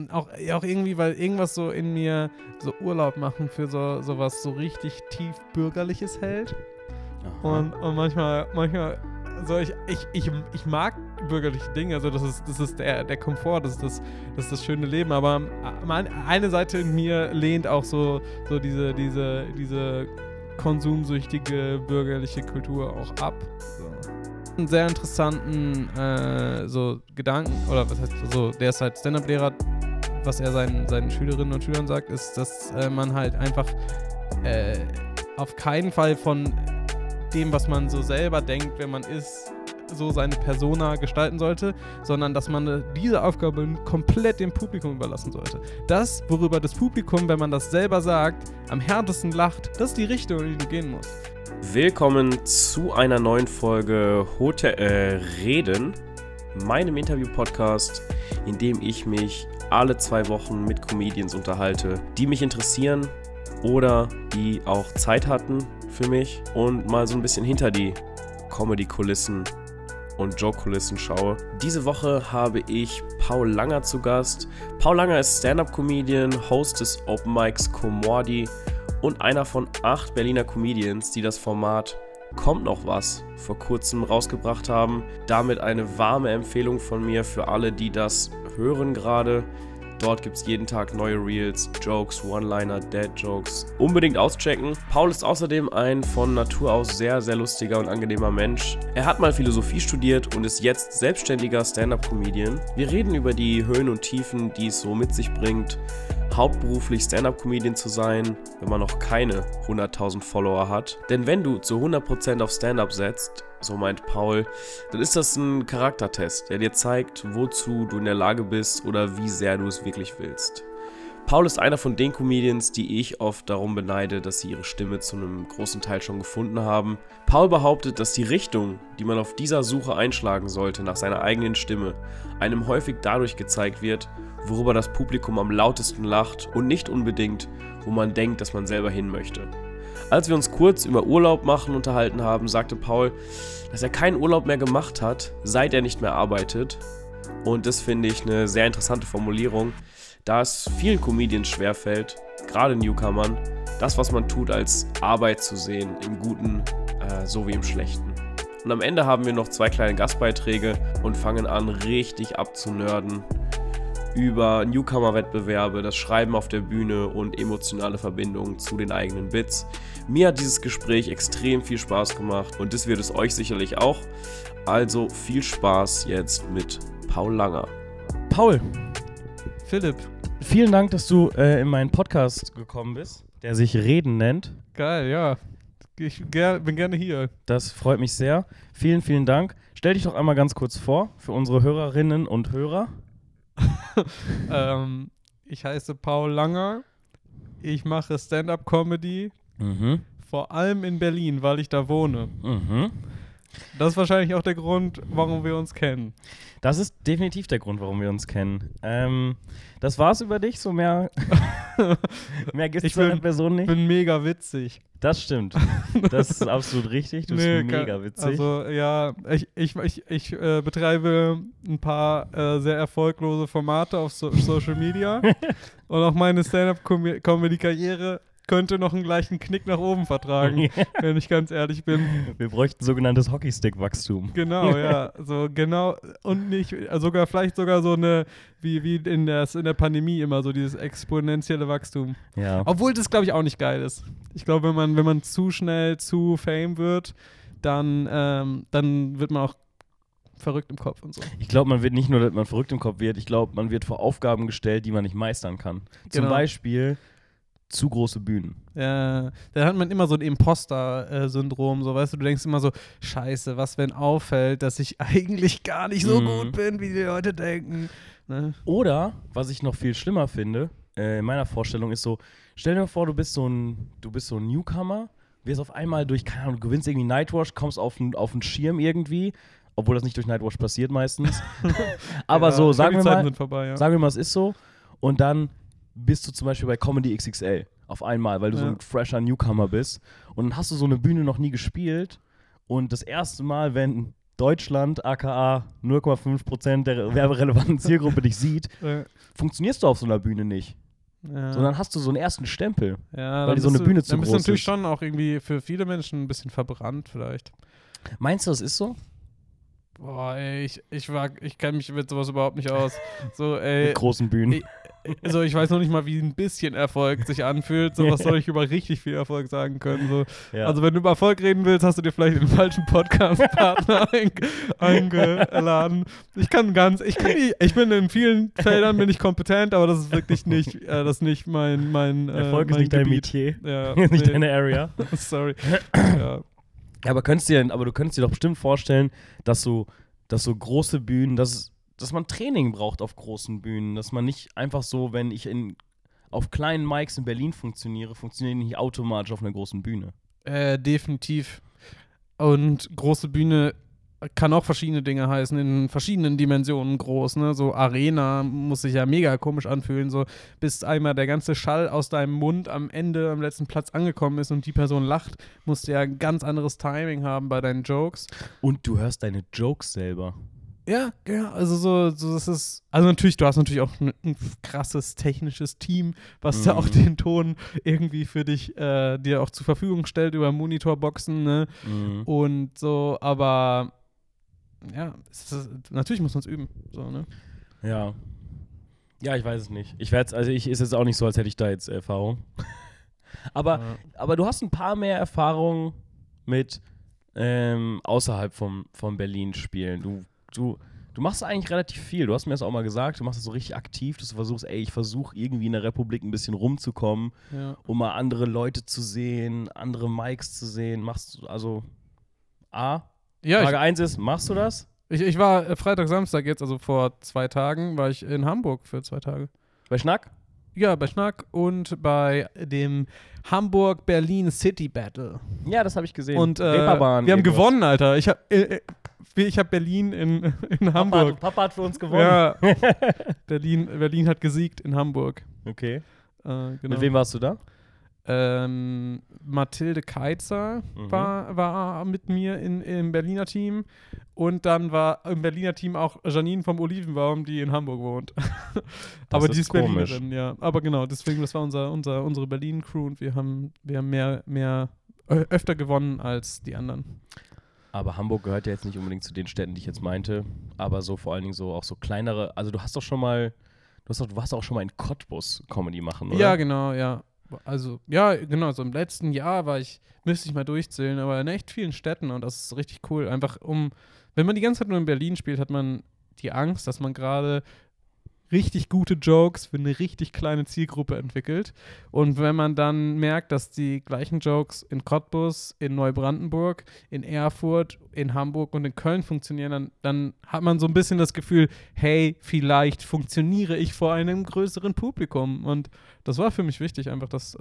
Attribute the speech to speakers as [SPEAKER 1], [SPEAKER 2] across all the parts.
[SPEAKER 1] Auch irgendwie, weil irgendwas so in mir so Urlaub machen für sowas so richtig tief Bürgerliches hält. Und manchmal so ich mag bürgerliche Dinge, also das ist der Komfort, das ist das schöne Leben, aber eine Seite in mir lehnt auch so diese konsumsüchtige bürgerliche Kultur auch ab. So. Einen sehr interessanten so Gedanken, oder was heißt so, der ist halt Stand-Up-Lehrer, was er seinen Schülerinnen und Schülern sagt, ist, dass man halt einfach auf keinen Fall von dem, was man so selber denkt, wenn man ist, so seine Persona gestalten sollte, sondern dass man diese Aufgabe komplett dem Publikum überlassen sollte. Das, worüber das Publikum, wenn man das selber sagt, am härtesten lacht, das ist die Richtung, in die du gehen musst.
[SPEAKER 2] Willkommen zu einer neuen Folge Reden, meinem Interview-Podcast, in dem ich mich alle 2 Wochen mit Comedians unterhalte, die mich interessieren oder die auch Zeit hatten für mich und mal so ein bisschen hinter die Comedy-Kulissen und Joke-Kulissen schaue. Diese Woche habe ich Paul Langer zu Gast. Paul Langer ist Stand-Up-Comedian, Host des Open Mics Comedy und einer von 8 Berliner Comedians, die das Format Kommt noch was vor kurzem rausgebracht haben. Damit eine warme Empfehlung von mir für alle, die das hören gerade. Dort gibt es jeden Tag neue Reels, Jokes, One-Liner, Dad-Jokes. Unbedingt auschecken. Paul ist außerdem ein von Natur aus sehr, sehr lustiger und angenehmer Mensch. Er hat mal Philosophie studiert und ist jetzt selbstständiger Stand-Up-Comedian. Wir reden über die Höhen und Tiefen, die es so mit sich bringt, hauptberuflich Stand-Up-Comedian zu sein, wenn man noch keine 100.000 Follower hat. Denn wenn du zu 100% auf Stand-Up setzt, so meint Paul, dann ist das ein Charaktertest, der dir zeigt, wozu du in der Lage bist oder wie sehr du es wirklich willst. Paul ist einer von den Comedians, die ich oft darum beneide, dass sie ihre Stimme zu einem großen Teil schon gefunden haben. Paul behauptet, dass die Richtung, die man auf dieser Suche einschlagen sollte, nach seiner eigenen Stimme, einem häufig dadurch gezeigt wird, worüber das Publikum am lautesten lacht und nicht unbedingt, wo man denkt, dass man selber hin möchte. Als wir uns kurz über Urlaub machen unterhalten haben, sagte Paul, dass er keinen Urlaub mehr gemacht hat, seit er nicht mehr arbeitet. Und das finde ich eine sehr interessante Formulierung, da es vielen Comedians schwerfällt, gerade Newcomern, das, was man tut, als Arbeit zu sehen, im Guten so wie im Schlechten. Und am Ende haben wir noch 2 kleine Gastbeiträge und fangen an, richtig abzunörden über Newcomer-Wettbewerbe, das Schreiben auf der Bühne und emotionale Verbindungen zu den eigenen Bits. Mir hat dieses Gespräch extrem viel Spaß gemacht und das wird es euch sicherlich auch. Also viel Spaß jetzt mit Paul Langer.
[SPEAKER 3] Paul,
[SPEAKER 1] Philipp.
[SPEAKER 3] vielen Dank, dass du in meinen Podcast gekommen bist, der sich Reden nennt.
[SPEAKER 1] Geil, ja. Ich bin gerne hier.
[SPEAKER 3] Das freut mich sehr. Vielen, vielen Dank. Stell dich doch einmal ganz kurz vor für unsere Hörerinnen und Hörer.
[SPEAKER 1] Ich heiße Paul Langer. Ich mache Stand-Up-Comedy. Vor allem in Berlin, weil ich da wohne. Das ist wahrscheinlich auch der Grund, warum wir uns kennen.
[SPEAKER 3] Das ist definitiv der Grund, warum wir uns kennen. Das war's über dich, so mehr gibt es deiner Person nicht.
[SPEAKER 1] Ich bin mega witzig.
[SPEAKER 3] Das stimmt. Das ist absolut richtig. Du bist mega witzig.
[SPEAKER 1] Also ja, ich betreibe ein paar sehr erfolglose Formate auf Social Media und auch meine Stand-Up-Comedy-Karriere könnte noch einen gleichen Knick nach oben vertragen, wenn ich ganz ehrlich bin.
[SPEAKER 3] Wir bräuchten sogenanntes Hockeystick-Wachstum.
[SPEAKER 1] Genau, ja. So genau und nicht, vielleicht sogar so eine, wie in der Pandemie immer, so dieses exponentielle Wachstum.
[SPEAKER 3] Ja.
[SPEAKER 1] Obwohl das, glaube ich, auch nicht geil ist. Ich glaube, wenn man zu schnell zu Fame wird, dann wird man auch verrückt im Kopf und so.
[SPEAKER 3] Ich glaube, man wird nicht nur, dass man verrückt im Kopf wird, ich glaube, man wird vor Aufgaben gestellt, die man nicht meistern kann. Zum Beispiel zu große Bühnen.
[SPEAKER 1] Ja, da hat man immer so ein Imposter-Syndrom, so, weißt du, denkst immer so, scheiße, was, wenn auffällt, dass ich eigentlich gar nicht so gut bin, wie die Leute denken. Ne?
[SPEAKER 3] Oder, was ich noch viel schlimmer finde, in meiner Vorstellung ist so, stell dir mal vor, du bist so ein Newcomer, wirst auf einmal keine Ahnung, du gewinnst irgendwie Nightwash, kommst auf einen Schirm irgendwie, obwohl das nicht durch Nightwash passiert meistens. Aber ja, so, sagen wir mal, es ist so. Und dann bist du zum Beispiel bei Comedy XXL auf einmal, weil du so ein fresher Newcomer bist und dann hast du so eine Bühne noch nie gespielt und das erste Mal, wenn Deutschland, aka 0,5% der werberelevanten Zielgruppe dich sieht, funktionierst du auf so einer Bühne nicht.
[SPEAKER 1] Ja.
[SPEAKER 3] Sondern hast du so einen ersten Stempel,
[SPEAKER 1] Ja,
[SPEAKER 3] weil dir so eine Bühne zu
[SPEAKER 1] dann bist
[SPEAKER 3] groß
[SPEAKER 1] du natürlich
[SPEAKER 3] ist.
[SPEAKER 1] schon auch irgendwie für viele Menschen ein bisschen verbrannt vielleicht.
[SPEAKER 3] Meinst du, das ist so?
[SPEAKER 1] Boah, ey, ich kenne mich mit sowas überhaupt nicht aus. So, ey.
[SPEAKER 3] Mit großen Bühnen.
[SPEAKER 1] Also ich weiß noch nicht mal, wie ein bisschen Erfolg sich anfühlt. So, was soll ich über richtig viel Erfolg sagen können? So.
[SPEAKER 3] Ja.
[SPEAKER 1] Also wenn du über Erfolg reden willst, hast du dir vielleicht den falschen Podcast-Partner eingeladen. Ich bin in vielen Feldern bin ich kompetent, aber das ist wirklich nicht, das ist nicht mein
[SPEAKER 3] Erfolg ist
[SPEAKER 1] mein
[SPEAKER 3] nicht dein
[SPEAKER 1] Gebiet.
[SPEAKER 3] Metier.
[SPEAKER 1] Ja,
[SPEAKER 3] Nicht
[SPEAKER 1] nee.
[SPEAKER 3] deine Area.
[SPEAKER 1] Sorry. Ja.
[SPEAKER 3] Ja, aber du könntest dir doch bestimmt vorstellen, dass so große Bühnen, dass man Training braucht auf großen Bühnen, dass man nicht einfach so, wenn ich auf kleinen Mics in Berlin funktioniere ich nicht automatisch auf einer großen Bühne.
[SPEAKER 1] Definitiv. Und große Bühne kann auch verschiedene Dinge heißen, in verschiedenen Dimensionen groß, ne? So Arena muss sich ja mega komisch anfühlen, so bis einmal der ganze Schall aus deinem Mund am letzten Platz angekommen ist und die Person lacht, musst du ja ein ganz anderes Timing haben bei deinen Jokes.
[SPEAKER 3] Und du hörst deine Jokes selber.
[SPEAKER 1] Ja, also so das ist, also natürlich, du hast natürlich auch ein krasses technisches Team, was da auch den Ton irgendwie für dich dir auch zur Verfügung stellt über Monitorboxen, ne? Und so, aber ja, natürlich muss man es üben, so, ne?
[SPEAKER 3] Ja. Ja, ich weiß es nicht. Ist jetzt auch nicht so, als hätte ich da jetzt Erfahrung. Aber du hast ein paar mehr Erfahrungen mit außerhalb von Berlin spielen. Du machst eigentlich relativ viel. Du hast mir das auch mal gesagt, du machst das so richtig aktiv, dass du versuchst, ich versuche irgendwie in der Republik ein bisschen rumzukommen, um mal andere Leute zu sehen, andere Mics zu sehen. Machst du, also Frage 1 ist, machst du das?
[SPEAKER 1] Ich war Freitag, Samstag jetzt, also vor 2 Tagen, war ich in Hamburg für 2 Tage.
[SPEAKER 3] Bei Schnack?
[SPEAKER 1] Ja, bei Schnack und bei dem Hamburg-Berlin City Battle.
[SPEAKER 3] Ja, das habe ich gesehen.
[SPEAKER 1] Und
[SPEAKER 3] Reeperbahn,
[SPEAKER 1] wir haben
[SPEAKER 3] irgendwas.
[SPEAKER 1] gewonnen, Alter. Ich hab Berlin in Hamburg.
[SPEAKER 3] Papa hat für uns gewonnen.
[SPEAKER 1] Ja, Berlin hat gesiegt in Hamburg.
[SPEAKER 3] Okay.
[SPEAKER 1] Genau.
[SPEAKER 3] Mit wem warst du da?
[SPEAKER 1] Mathilde Keitzer war mit mir im Berliner Team und dann war im Berliner Team auch Janine vom Olivenbaum, die in Hamburg wohnt. Aber die ist
[SPEAKER 3] komisch.
[SPEAKER 1] Berlinerin, ja. Aber genau, deswegen, das war unsere Berlin-Crew und wir haben öfter gewonnen als die anderen.
[SPEAKER 3] Aber Hamburg gehört ja jetzt nicht unbedingt zu den Städten, die ich jetzt meinte, aber so vor allen Dingen so auch so kleinere, also du warst auch schon mal in Cottbus Comedy machen, oder?
[SPEAKER 1] Ja, genau, ja. Also, ja, genau, so im letzten Jahr müsste ich mal durchzählen, aber in echt vielen Städten und das ist richtig cool. Einfach wenn man die ganze Zeit nur in Berlin spielt, hat man die Angst, dass man gerade richtig gute Jokes für eine richtig kleine Zielgruppe entwickelt. Und wenn man dann merkt, dass die gleichen Jokes in Cottbus, in Neubrandenburg, in Erfurt, in Hamburg und in Köln funktionieren, dann hat man so ein bisschen das Gefühl, hey, vielleicht funktioniere ich vor einem größeren Publikum. Und das war für mich wichtig, einfach das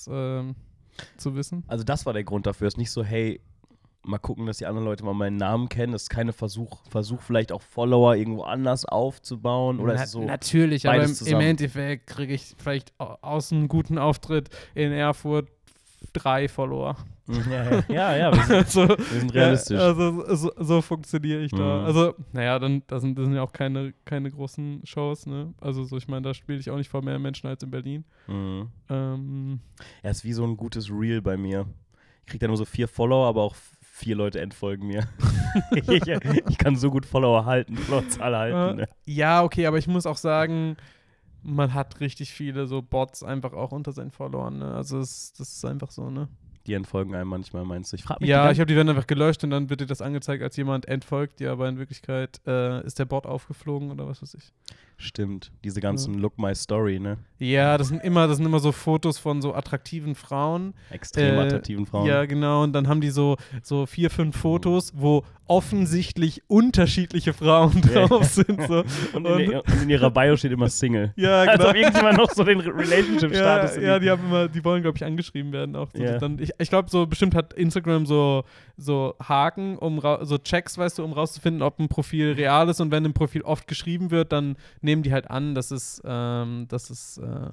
[SPEAKER 1] zu wissen.
[SPEAKER 3] Also das war der Grund dafür. Es ist nicht so, hey, mal gucken, dass die anderen Leute mal meinen Namen kennen. Das ist keine Versuch vielleicht auch Follower irgendwo anders aufzubauen. Oder ist es so
[SPEAKER 1] natürlich, aber
[SPEAKER 3] beides
[SPEAKER 1] im
[SPEAKER 3] zusammen?
[SPEAKER 1] Endeffekt kriege ich vielleicht aus einem guten Auftritt in Erfurt 3 Follower.
[SPEAKER 3] Ja, wir sind realistisch.
[SPEAKER 1] Ja, also so funktioniere ich da.
[SPEAKER 3] Mhm.
[SPEAKER 1] Also, naja, das sind ja auch keine großen Shows, ne? Also so, ich meine, da spiele ich auch nicht vor mehr Menschen als in Berlin.
[SPEAKER 3] Mhm.
[SPEAKER 1] Ja,
[SPEAKER 3] ist wie so ein gutes Reel bei mir. Ich kriege da nur so 4 Follower, aber auch 4 Leute entfolgen mir. ich kann so gut Followerzahl halten. Ne?
[SPEAKER 1] Ja, okay, aber ich muss auch sagen, man hat richtig viele so Bots einfach auch unter seinen Followern, ne? Also das ist einfach so, ne?
[SPEAKER 3] Die entfolgen einem manchmal, meinst du? Ich frage mich.
[SPEAKER 1] Ja, ich habe die dann einfach gelöscht und dann wird dir das angezeigt, als jemand entfolgt, ja, aber in Wirklichkeit ist der Bot aufgeflogen oder was weiß ich.
[SPEAKER 3] Stimmt, diese ganzen Look My Story, ne?
[SPEAKER 1] Ja, das sind immer so Fotos von so attraktiven Frauen.
[SPEAKER 3] Extrem attraktiven Frauen.
[SPEAKER 1] Ja, genau, und dann haben die so 4, 5 Fotos, wo offensichtlich unterschiedliche Frauen drauf sind. So.
[SPEAKER 3] Und in ihrer Bio steht immer Single.
[SPEAKER 1] Ja, genau.
[SPEAKER 3] Also irgendjemand noch so den Relationship-Status.
[SPEAKER 1] Ja, die wollen, glaube ich, angeschrieben werden auch. So,
[SPEAKER 3] ja.
[SPEAKER 1] Ich glaube, so bestimmt hat Instagram so Haken, so Checks, weißt du, um rauszufinden, ob ein Profil real ist und wenn ein Profil oft geschrieben wird, dann nehmen die halt an, dass es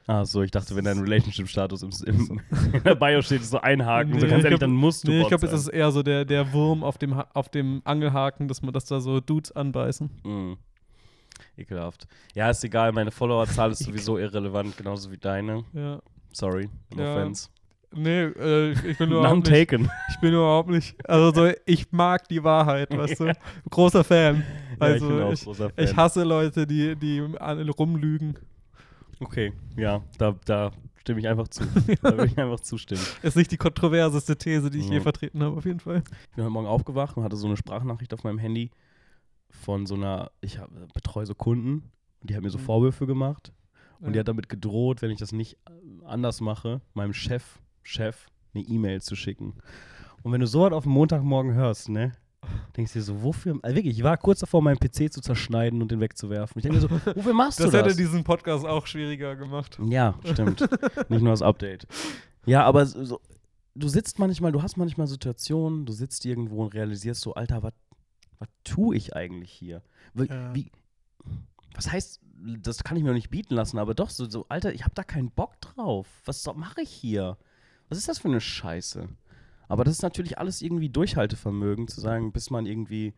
[SPEAKER 3] Ah, so, ich dachte, wenn dein Relationship-Status in der Bio steht, ist so einhaken.
[SPEAKER 1] Nee,
[SPEAKER 3] so ganz ehrlich,
[SPEAKER 1] glaub,
[SPEAKER 3] dann musst du
[SPEAKER 1] ich
[SPEAKER 3] Bot
[SPEAKER 1] glaube, es
[SPEAKER 3] sein.
[SPEAKER 1] ist eher so der Wurm auf dem Angelhaken, dass da so Dudes anbeißen.
[SPEAKER 3] Ekelhaft. Ja, ist egal, meine Followerzahl ist sowieso irrelevant, genauso wie deine.
[SPEAKER 1] Ja.
[SPEAKER 3] Sorry, no
[SPEAKER 1] Ja.
[SPEAKER 3] offense.
[SPEAKER 1] Nee, ich bin nur
[SPEAKER 3] None
[SPEAKER 1] überhaupt nicht.
[SPEAKER 3] taken.
[SPEAKER 1] Ich bin überhaupt nicht. Also so, ich mag die Wahrheit, weißt du? Großer Fan. Also
[SPEAKER 3] ja, ich bin auch großer Fan.
[SPEAKER 1] ich hasse Leute, die rumlügen.
[SPEAKER 3] Okay, ja, da stimme ich einfach zu. Da will ich einfach zustimmen.
[SPEAKER 1] Ist nicht die kontroverseste These, die ich je
[SPEAKER 3] Ja.
[SPEAKER 1] vertreten habe, auf jeden Fall.
[SPEAKER 3] Ich bin heute Morgen aufgewacht und hatte so eine Sprachnachricht auf meinem Handy von so einer, ich betreue so Kunden und die hat mir so Vorwürfe gemacht und die hat damit gedroht, wenn ich das nicht anders mache, meinem Chef eine E-Mail zu schicken. Und wenn du sowas auf dem Montagmorgen hörst, ne, denkst du dir so, wofür, also wirklich, ich war kurz davor, meinen PC zu zerschneiden und den wegzuwerfen. Ich denke mir so, wofür machst du das?
[SPEAKER 1] Das hätte diesen Podcast auch schwieriger gemacht.
[SPEAKER 3] Ja, stimmt. Nicht nur das Update. Ja, aber so, du hast manchmal Situationen, du sitzt irgendwo und realisierst so, Alter, was tue ich eigentlich hier? Was heißt, das kann ich mir noch nicht bieten lassen, aber doch so Alter, ich habe da keinen Bock drauf. Was mache ich hier? Was ist das für eine Scheiße? Aber das ist natürlich alles irgendwie Durchhaltevermögen, zu sagen, bis man irgendwie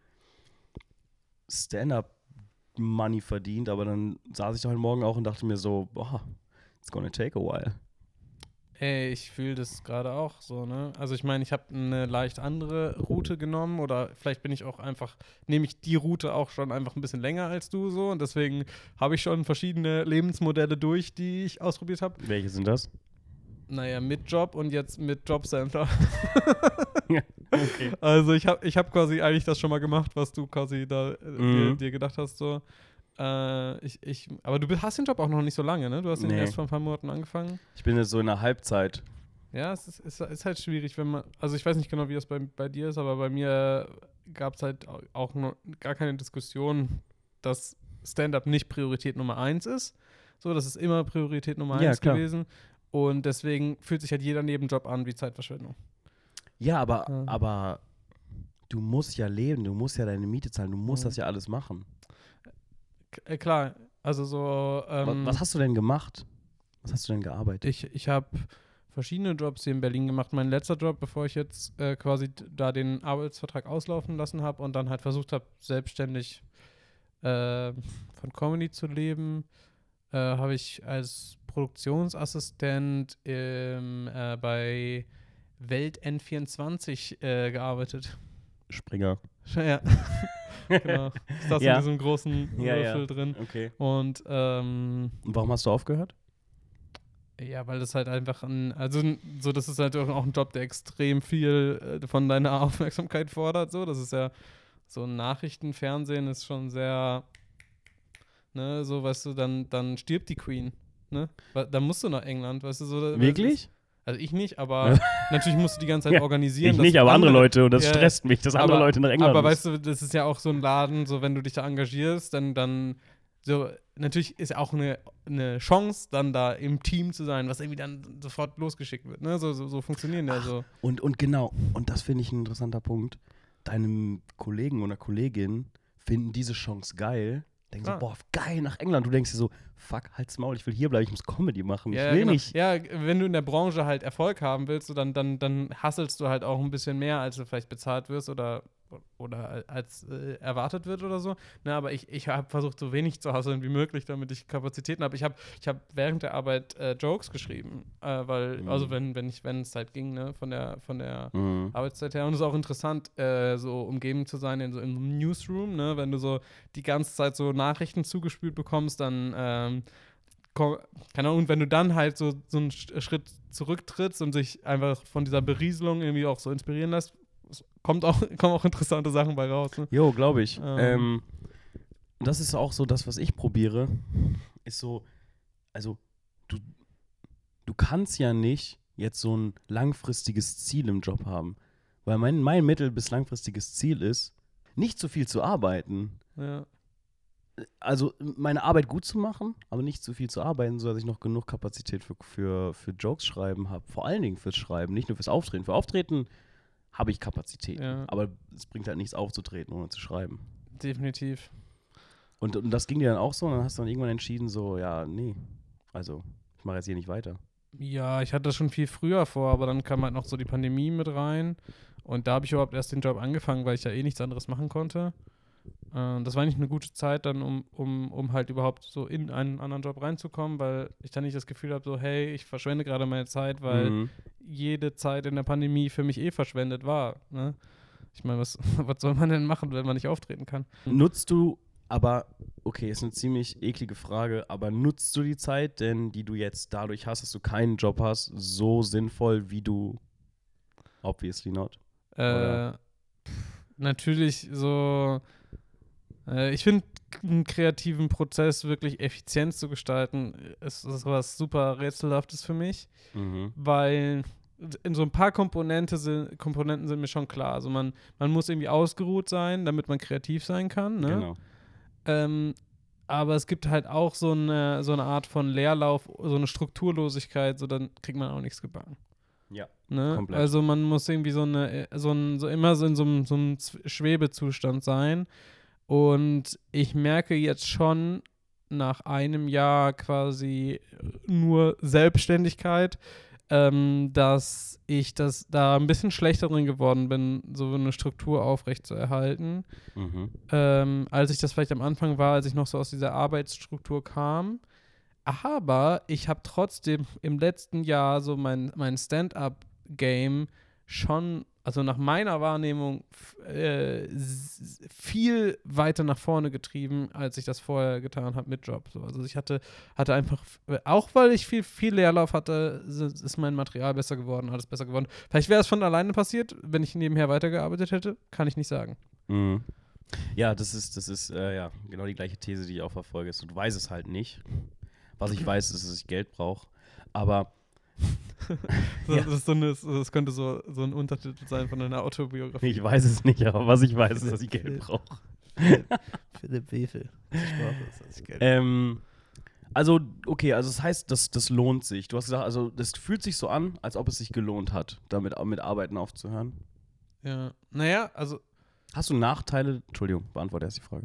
[SPEAKER 3] Stand-up-Money verdient. Aber dann saß ich da heute Morgen auch und dachte mir so, boah, it's gonna take a while.
[SPEAKER 1] Ey, ich fühle das gerade auch so, ne? Also ich meine, ich habe eine leicht andere Route genommen oder vielleicht nehme ich die Route auch schon einfach ein bisschen länger als du so und deswegen habe ich schon verschiedene Lebensmodelle durch, die ich ausprobiert habe.
[SPEAKER 3] Welche sind das?
[SPEAKER 1] Naja, mit Job und jetzt mit Jobcenter.
[SPEAKER 3] Okay.
[SPEAKER 1] Also ich hab quasi eigentlich das schon mal gemacht, was du quasi da dir gedacht hast, so. Aber du hast den Job auch noch nicht so lange, ne? Du hast den erst vor ein paar Monaten angefangen.
[SPEAKER 3] Ich bin jetzt so in der Halbzeit.
[SPEAKER 1] Ja, es ist halt schwierig, wenn man, also ich weiß nicht genau, wie das bei dir ist, aber bei mir gab es halt auch noch gar keine Diskussion, dass Stand-up nicht Priorität Nummer 1 ist. So, das ist immer Priorität Nummer 1 gewesen. Und deswegen fühlt sich halt jeder Nebenjob an wie Zeitverschwendung.
[SPEAKER 3] Ja, aber du musst ja leben, du musst ja deine Miete zahlen, du musst das ja alles machen.
[SPEAKER 1] Klar, also so.
[SPEAKER 3] Was hast du denn gemacht? Was hast du denn gearbeitet?
[SPEAKER 1] Ich habe verschiedene Jobs hier in Berlin gemacht. Mein letzter Job, bevor ich jetzt quasi da den Arbeitsvertrag auslaufen lassen habe und dann halt versucht habe, selbstständig von Comedy zu leben, habe ich als Produktionsassistent bei Welt N24 gearbeitet.
[SPEAKER 3] Springer.
[SPEAKER 1] Ja, genau. Ist das in diesem großen Würfel drin.
[SPEAKER 3] Okay.
[SPEAKER 1] Und
[SPEAKER 3] warum hast du aufgehört?
[SPEAKER 1] ja, weil das halt einfach das ist halt auch ein Job, der extrem viel von deiner Aufmerksamkeit fordert. So, das ist ja so Nachrichten, Fernsehen ist schon sehr, ne, so, weißt du, dann stirbt die Queen, ne? Dann musst du nach England, weißt du, so.
[SPEAKER 3] Wirklich?
[SPEAKER 1] Also ich nicht, aber natürlich musst du die ganze Zeit organisieren.
[SPEAKER 3] Ich nicht, aber andere Leute, und das stresst mich, dass andere Leute nach England
[SPEAKER 1] Aber weißt du, das ist ja auch so ein Laden, so wenn du dich da engagierst, dann so, natürlich ist auch eine Chance, dann da im Team zu sein, was irgendwie dann sofort losgeschickt wird, ne? So funktionieren ja so.
[SPEAKER 3] Und genau, und das finde ich ein interessanter Punkt. Deinem Kollegen oder Kollegin finden diese Chance geil, denken so, boah, geil, nach England. Du denkst dir so, fuck, halt's Maul, ich will hier bleiben, ich muss Comedy machen,
[SPEAKER 1] Ja,
[SPEAKER 3] ich will
[SPEAKER 1] genau.
[SPEAKER 3] nicht.
[SPEAKER 1] Ja, wenn du in der Branche halt Erfolg haben willst, so dann hasselst du halt auch ein bisschen mehr, als du vielleicht bezahlt wirst oder als erwartet wird oder so. Na, aber ich habe versucht, so wenig zu hasseln wie möglich, damit ich Kapazitäten habe. Ich hab während der Arbeit Jokes geschrieben, weil, also wenn es halt ging, ne, von der Arbeitszeit her. Und es ist auch interessant, so umgeben zu sein in so einem Newsroom, ne, wenn du so die ganze Zeit so Nachrichten zugespült bekommst, dann keine Ahnung, und wenn du dann halt so einen Schritt zurücktrittst und sich einfach von dieser Berieselung irgendwie auch so inspirieren lässt, kommen auch interessante Sachen bei raus. Ne?
[SPEAKER 3] Jo, glaube ich. Das ist auch so das, was ich probiere, ist so, also du kannst ja nicht jetzt so ein langfristiges Ziel im Job haben, weil mein mittel- bis langfristiges Ziel ist, nicht so viel zu arbeiten.
[SPEAKER 1] Ja.
[SPEAKER 3] Also meine Arbeit gut zu machen, aber nicht zu viel zu arbeiten, sodass ich noch genug Kapazität für Jokes schreiben habe. Vor allen Dingen fürs Schreiben, nicht nur fürs Auftreten. Für Auftreten habe ich Kapazität, aber es bringt halt nichts aufzutreten, ohne zu schreiben.
[SPEAKER 1] Definitiv.
[SPEAKER 3] Und das ging dir dann auch so und dann hast du dann irgendwann entschieden, so, ja, nee, also Ich mache jetzt hier nicht weiter.
[SPEAKER 1] Ja, ich hatte das schon viel früher vor, aber dann kam halt noch so die Pandemie mit rein. Und da habe ich überhaupt erst den Job angefangen, weil ich ja eh nichts anderes machen konnte. Das war eigentlich eine gute Zeit dann, um halt überhaupt so in einen anderen Job reinzukommen, weil ich dann nicht das Gefühl habe, so, hey, ich verschwende gerade meine Zeit, weil jede Zeit in der Pandemie für mich verschwendet war. Ne? Ich meine, was soll man denn machen, wenn man nicht auftreten kann?
[SPEAKER 3] Nutzt du, aber, okay, ist eine ziemlich eklige Frage, aber nutzt du die Zeit denn, die du jetzt dadurch hast, dass du keinen Job hast, so sinnvoll, wie du obviously not?
[SPEAKER 1] Natürlich so, ich finde, einen kreativen Prozess wirklich effizient zu gestalten, ist was super Rätselhaftes für mich, weil in so ein paar Komponenten sind mir schon klar. Also man muss irgendwie ausgeruht sein, damit man kreativ sein kann. Ne?
[SPEAKER 3] Genau.
[SPEAKER 1] Aber es gibt halt auch so eine Art von Leerlauf, so eine Strukturlosigkeit, so dann kriegt man auch nichts gebacken.
[SPEAKER 3] Ja,
[SPEAKER 1] ne?
[SPEAKER 3] komplett.
[SPEAKER 1] Also man muss irgendwie immer so in so einem Schwebezustand sein. Und ich merke jetzt schon nach einem Jahr quasi nur Selbstständigkeit, dass ich da ein bisschen schlechter drin geworden bin, so eine Struktur aufrechtzuerhalten. Als ich das vielleicht am Anfang war, als ich noch so aus dieser Arbeitsstruktur kam. Aber ich habe trotzdem im letzten Jahr so mein Stand-up-Game schon, also nach meiner Wahrnehmung, viel weiter nach vorne getrieben, als ich das vorher getan habe mit Job. So. Also ich hatte einfach, auch weil ich viel Leerlauf hatte, ist mein Material besser geworden, alles besser geworden. Vielleicht wäre es von alleine passiert, wenn ich nebenher weitergearbeitet hätte, kann ich nicht sagen.
[SPEAKER 3] Ja, das ist ja genau die gleiche These, die ich auch verfolge. Du weißt es halt nicht. Was ich weiß, ist, dass ich Geld brauche. Aber
[SPEAKER 1] das könnte so ein Untertitel sein von einer Autobiografie.
[SPEAKER 3] Ich weiß es nicht, aber was ich weiß, ist, dass ich Geld brauche.
[SPEAKER 1] Philipp Wefel. Dass ich Geld
[SPEAKER 3] Also, okay, also das heißt, das lohnt sich. Du hast gesagt, also das fühlt sich so an, als ob es sich gelohnt hat, damit mit Arbeiten aufzuhören.
[SPEAKER 1] Ja, naja, also
[SPEAKER 3] hast du Nachteile? Entschuldigung, beantworte erst die Frage.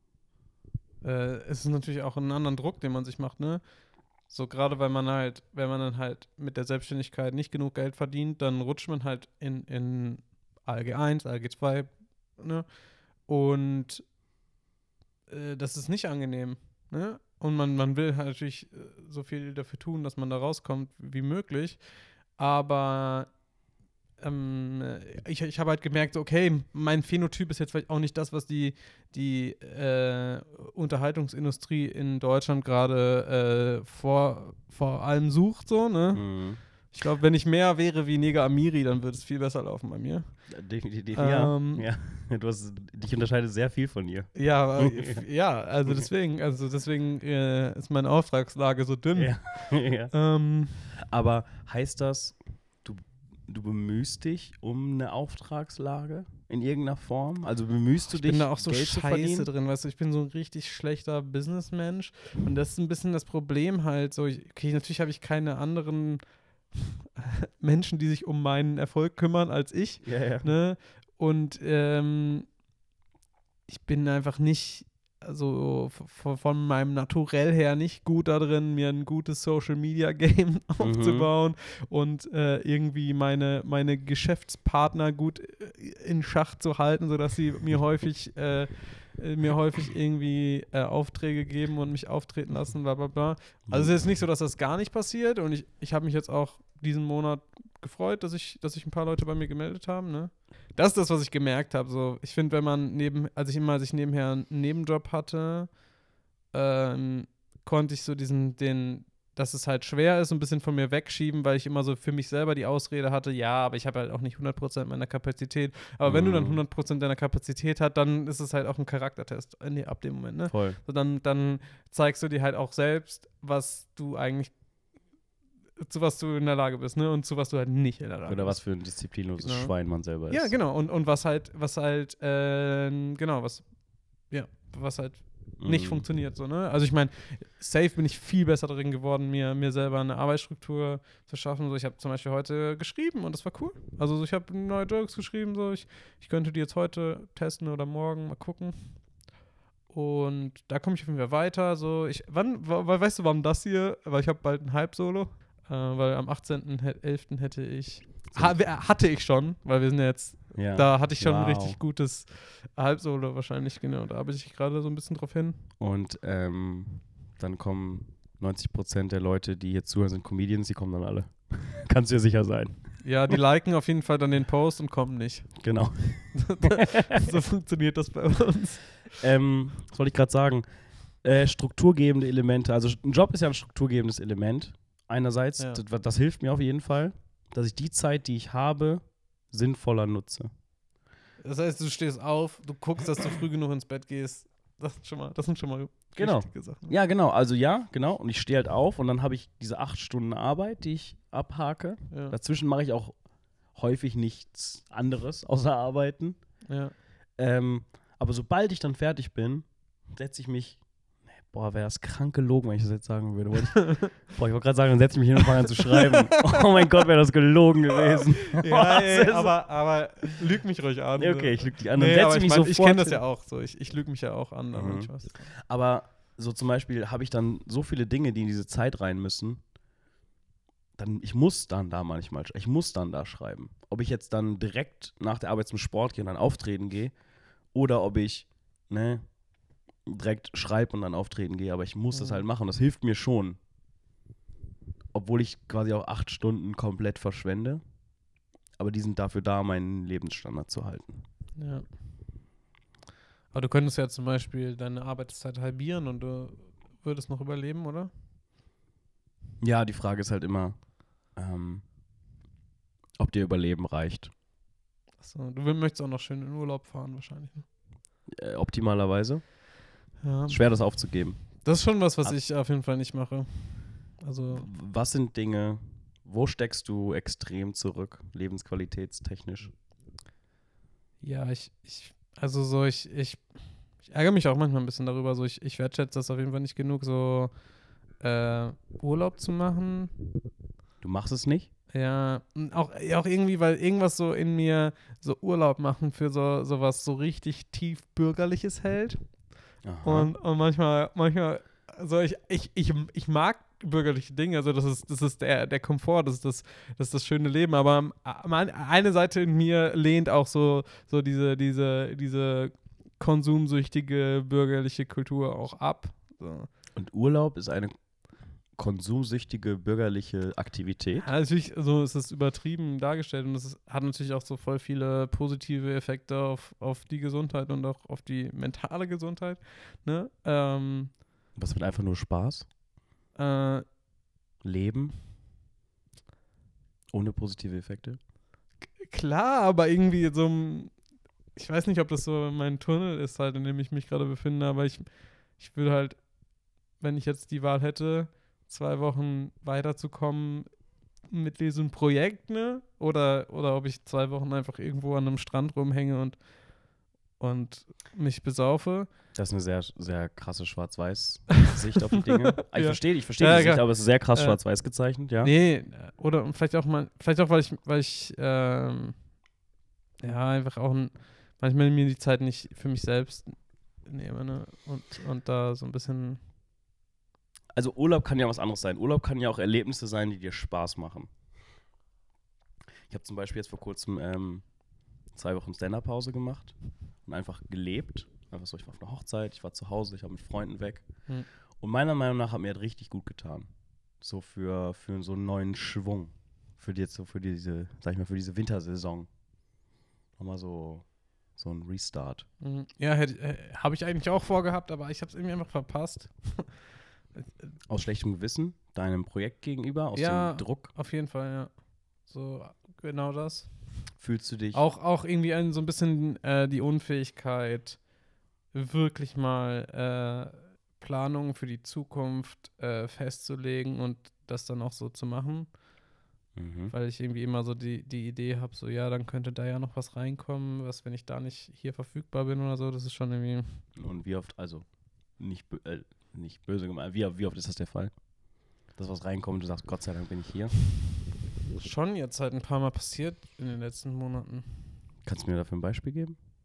[SPEAKER 1] Es ist natürlich auch ein anderen Druck, den man sich macht, ne? So gerade wenn man dann halt mit der Selbstständigkeit nicht genug Geld verdient, dann rutscht man halt in ALG 1, ALG 2, ne? Und das ist nicht angenehm, ne? Und man will halt natürlich so viel dafür tun, dass man da rauskommt wie möglich, aber ich habe halt gemerkt, okay, mein Phänotyp ist jetzt vielleicht auch nicht das, was die Unterhaltungsindustrie in Deutschland gerade vor allem sucht, so, ne? Ich glaube, wenn ich mehr wäre wie Nega Amiri, dann würde es viel besser laufen bei mir.
[SPEAKER 3] Definitiv, ja. Dich unterscheidet sehr viel von ihr.
[SPEAKER 1] Ja, also deswegen ist meine Auftragslage so dünn.
[SPEAKER 3] Ja. Aber heißt das, du bemühst dich um eine Auftragslage in irgendeiner Form? Also bemühst du dich,
[SPEAKER 1] ich bin da auch so
[SPEAKER 3] Geld zu
[SPEAKER 1] scheiße
[SPEAKER 3] verdienen?
[SPEAKER 1] drin, weißt du, ich bin so ein richtig schlechter Businessmensch und das ist ein bisschen das Problem halt so, natürlich habe ich keine anderen Menschen, die sich um meinen Erfolg kümmern als ich, ne? Und ich bin einfach nicht, also von meinem Naturell her nicht gut da drin, mir ein gutes Social-Media-Game aufzubauen und irgendwie meine Geschäftspartner gut in Schach zu halten, sodass sie mir häufig irgendwie Aufträge geben und mich auftreten lassen, bla bla bla. Also es ist jetzt nicht so, dass das gar nicht passiert und ich habe mich jetzt auch diesen Monat gefreut, dass sich ein paar Leute bei mir gemeldet haben, ne? Das ist das, was ich gemerkt habe. So, ich finde, wenn man als ich nebenher einen Nebenjob hatte, konnte ich so dass es halt schwer ist, ein bisschen von mir wegschieben, weil ich immer so für mich selber die Ausrede hatte, ja, aber ich habe halt auch nicht 100% meiner Kapazität. Aber wenn du dann 100% deiner Kapazität hast, dann ist es halt auch ein Charaktertest ab dem Moment, ne?
[SPEAKER 3] Voll.
[SPEAKER 1] So, dann zeigst du dir halt auch selbst, zu was du in der Lage bist, ne? Und zu was du halt nicht in der Lage bist.
[SPEAKER 3] Oder was für ein disziplinloses Schwein man selber ist.
[SPEAKER 1] Ja, genau. Und was halt nicht funktioniert, so, ne? Also ich meine, safe bin ich viel besser darin geworden, mir selber eine Arbeitsstruktur zu schaffen. So, ich habe zum Beispiel heute geschrieben und das war cool. Also ich habe neue Jokes geschrieben, so ich könnte die jetzt heute testen oder morgen mal gucken. Und da komme ich auf jeden Fall weiter. So, weißt du, warum das hier? Weil ich habe bald ein Halbsolo. Weil am 18.11. hatte ich schon, weil wir sind ja jetzt, da hatte ich schon ein richtig gutes Halbsolo wahrscheinlich, genau. Da arbeite ich gerade so ein bisschen drauf hin.
[SPEAKER 3] Und dann kommen 90% der Leute, die hier zuhören, sind Comedians, die kommen dann alle. Kannst du dir sicher sein.
[SPEAKER 1] Ja, die liken auf jeden Fall dann den Post und kommen nicht.
[SPEAKER 3] Genau.
[SPEAKER 1] So funktioniert das bei uns.
[SPEAKER 3] Was wollte ich gerade sagen? Strukturgebende Elemente. Also ein Job ist ja ein strukturgebendes Element. Einerseits, das hilft mir auf jeden Fall, dass ich die Zeit, die ich habe, sinnvoller nutze.
[SPEAKER 1] Das heißt, du stehst auf, du guckst, dass du früh genug ins Bett gehst. Das sind schon mal wichtige Sachen.
[SPEAKER 3] Ja, genau. Also genau. Und ich stehe halt auf und dann habe ich diese 8 Stunden Arbeit, die ich abhake. Ja. Dazwischen mache ich auch häufig nichts anderes außer arbeiten.
[SPEAKER 1] Ja.
[SPEAKER 3] Aber sobald ich dann fertig bin, setze ich mich. Boah, wäre das krank gelogen, wenn ich das jetzt sagen würde. Ich wollte gerade sagen, dann setze ich mich hin und fange an zu schreiben. Oh mein Gott, wäre das gelogen gewesen.
[SPEAKER 1] Ja, aber lüg mich ruhig an.
[SPEAKER 3] Okay, ich lüge dich an.
[SPEAKER 1] Ich kenne das ja auch so. Ich lüge mich ja auch an.
[SPEAKER 3] Aber so zum Beispiel habe ich dann so viele Dinge, die in diese Zeit rein müssen. Ich muss dann da schreiben. Ob ich jetzt dann direkt nach der Arbeit zum Sport gehe und dann auftreten gehe oder ob ich, direkt schreibe und dann auftreten gehe, aber ich muss das halt machen. Das hilft mir schon. Obwohl ich quasi auch 8 Stunden komplett verschwende. Aber die sind dafür da, meinen Lebensstandard zu halten.
[SPEAKER 1] Ja. Aber du könntest ja zum Beispiel deine Arbeitszeit halbieren und du würdest noch überleben, oder?
[SPEAKER 3] Ja, die Frage ist halt immer, ob dir Überleben reicht.
[SPEAKER 1] Achso, du möchtest auch noch schön in Urlaub fahren wahrscheinlich, ne?
[SPEAKER 3] Optimalerweise.
[SPEAKER 1] Ja.
[SPEAKER 3] Schwer, das aufzugeben.
[SPEAKER 1] Das ist schon was ich auf jeden Fall nicht mache. Also.
[SPEAKER 3] Was sind Dinge, wo steckst du extrem zurück, lebensqualitätstechnisch?
[SPEAKER 1] Ja, ich ärgere mich auch manchmal ein bisschen darüber. So, ich wertschätze das auf jeden Fall nicht genug, so Urlaub zu machen.
[SPEAKER 3] Du machst es nicht?
[SPEAKER 1] Ja, auch irgendwie, weil irgendwas so in mir so Urlaub machen für sowas so richtig tief Bürgerliches hält.
[SPEAKER 3] Aha.
[SPEAKER 1] Und manchmal so ich mag bürgerliche Dinge, also das ist der Komfort, das ist das schöne Leben, aber eine Seite in mir lehnt auch so diese konsumsüchtige bürgerliche Kultur auch ab. So.
[SPEAKER 3] Und Urlaub ist eine konsumsüchtige bürgerliche Aktivität?
[SPEAKER 1] Ja, natürlich, so ist es übertrieben dargestellt und es hat natürlich auch so voll viele positive Effekte auf die Gesundheit und auch auf die mentale Gesundheit. Ne?
[SPEAKER 3] Was wird einfach nur Spaß? Leben? Ohne positive Effekte?
[SPEAKER 1] Klar, aber irgendwie so ich weiß nicht, ob das so mein Tunnel ist halt, in dem ich mich gerade befinde, aber ich würde halt, wenn ich jetzt die Wahl hätte, 2 Wochen weiterzukommen mit diesem Projekt, ne? Oder ob ich 2 Wochen einfach irgendwo an einem Strand rumhänge und mich besaufe.
[SPEAKER 3] Das ist eine sehr, sehr krasse Schwarz-Weiß-Sicht auf die Dinge. Ich verstehe die Sicht, aber es ist sehr krass schwarz-weiß gezeichnet, ja.
[SPEAKER 1] Nee, oder vielleicht auch, weil ich einfach auch manchmal mir die Zeit nicht für mich selbst nehme, ne? Und da so ein bisschen.
[SPEAKER 3] Also Urlaub kann ja was anderes sein. Urlaub kann ja auch Erlebnisse sein, die dir Spaß machen. Ich habe zum Beispiel jetzt vor kurzem 2 Wochen Stand-Up-Pause gemacht und einfach gelebt. Einfach so, ich war auf einer Hochzeit, ich war zu Hause, ich war mit Freunden weg. Und meiner Meinung nach hat mir das richtig gut getan. So für so einen neuen Schwung. Für diese Wintersaison. Nochmal so ein Restart.
[SPEAKER 1] Ja, habe ich eigentlich auch vorgehabt, aber ich habe es irgendwie einfach verpasst.
[SPEAKER 3] Aus schlechtem Gewissen, deinem Projekt gegenüber, aus dem Druck?
[SPEAKER 1] Auf jeden Fall, ja. So, genau das.
[SPEAKER 3] Fühlst du dich?
[SPEAKER 1] Auch irgendwie so ein bisschen die Unfähigkeit, wirklich mal Planungen für die Zukunft festzulegen und das dann auch so zu machen. Weil ich irgendwie immer so die Idee habe, so ja, dann könnte da ja noch was reinkommen, was, wenn ich da nicht hier verfügbar bin oder so, das ist schon irgendwie.
[SPEAKER 3] Und wie oft, also nicht böse gemeint, wie oft ist das der Fall? Dass was reinkommt und du sagst, Gott sei Dank bin ich hier?
[SPEAKER 1] Schon jetzt halt ein paar Mal passiert in den letzten Monaten.
[SPEAKER 3] Kannst du mir dafür ein Beispiel geben?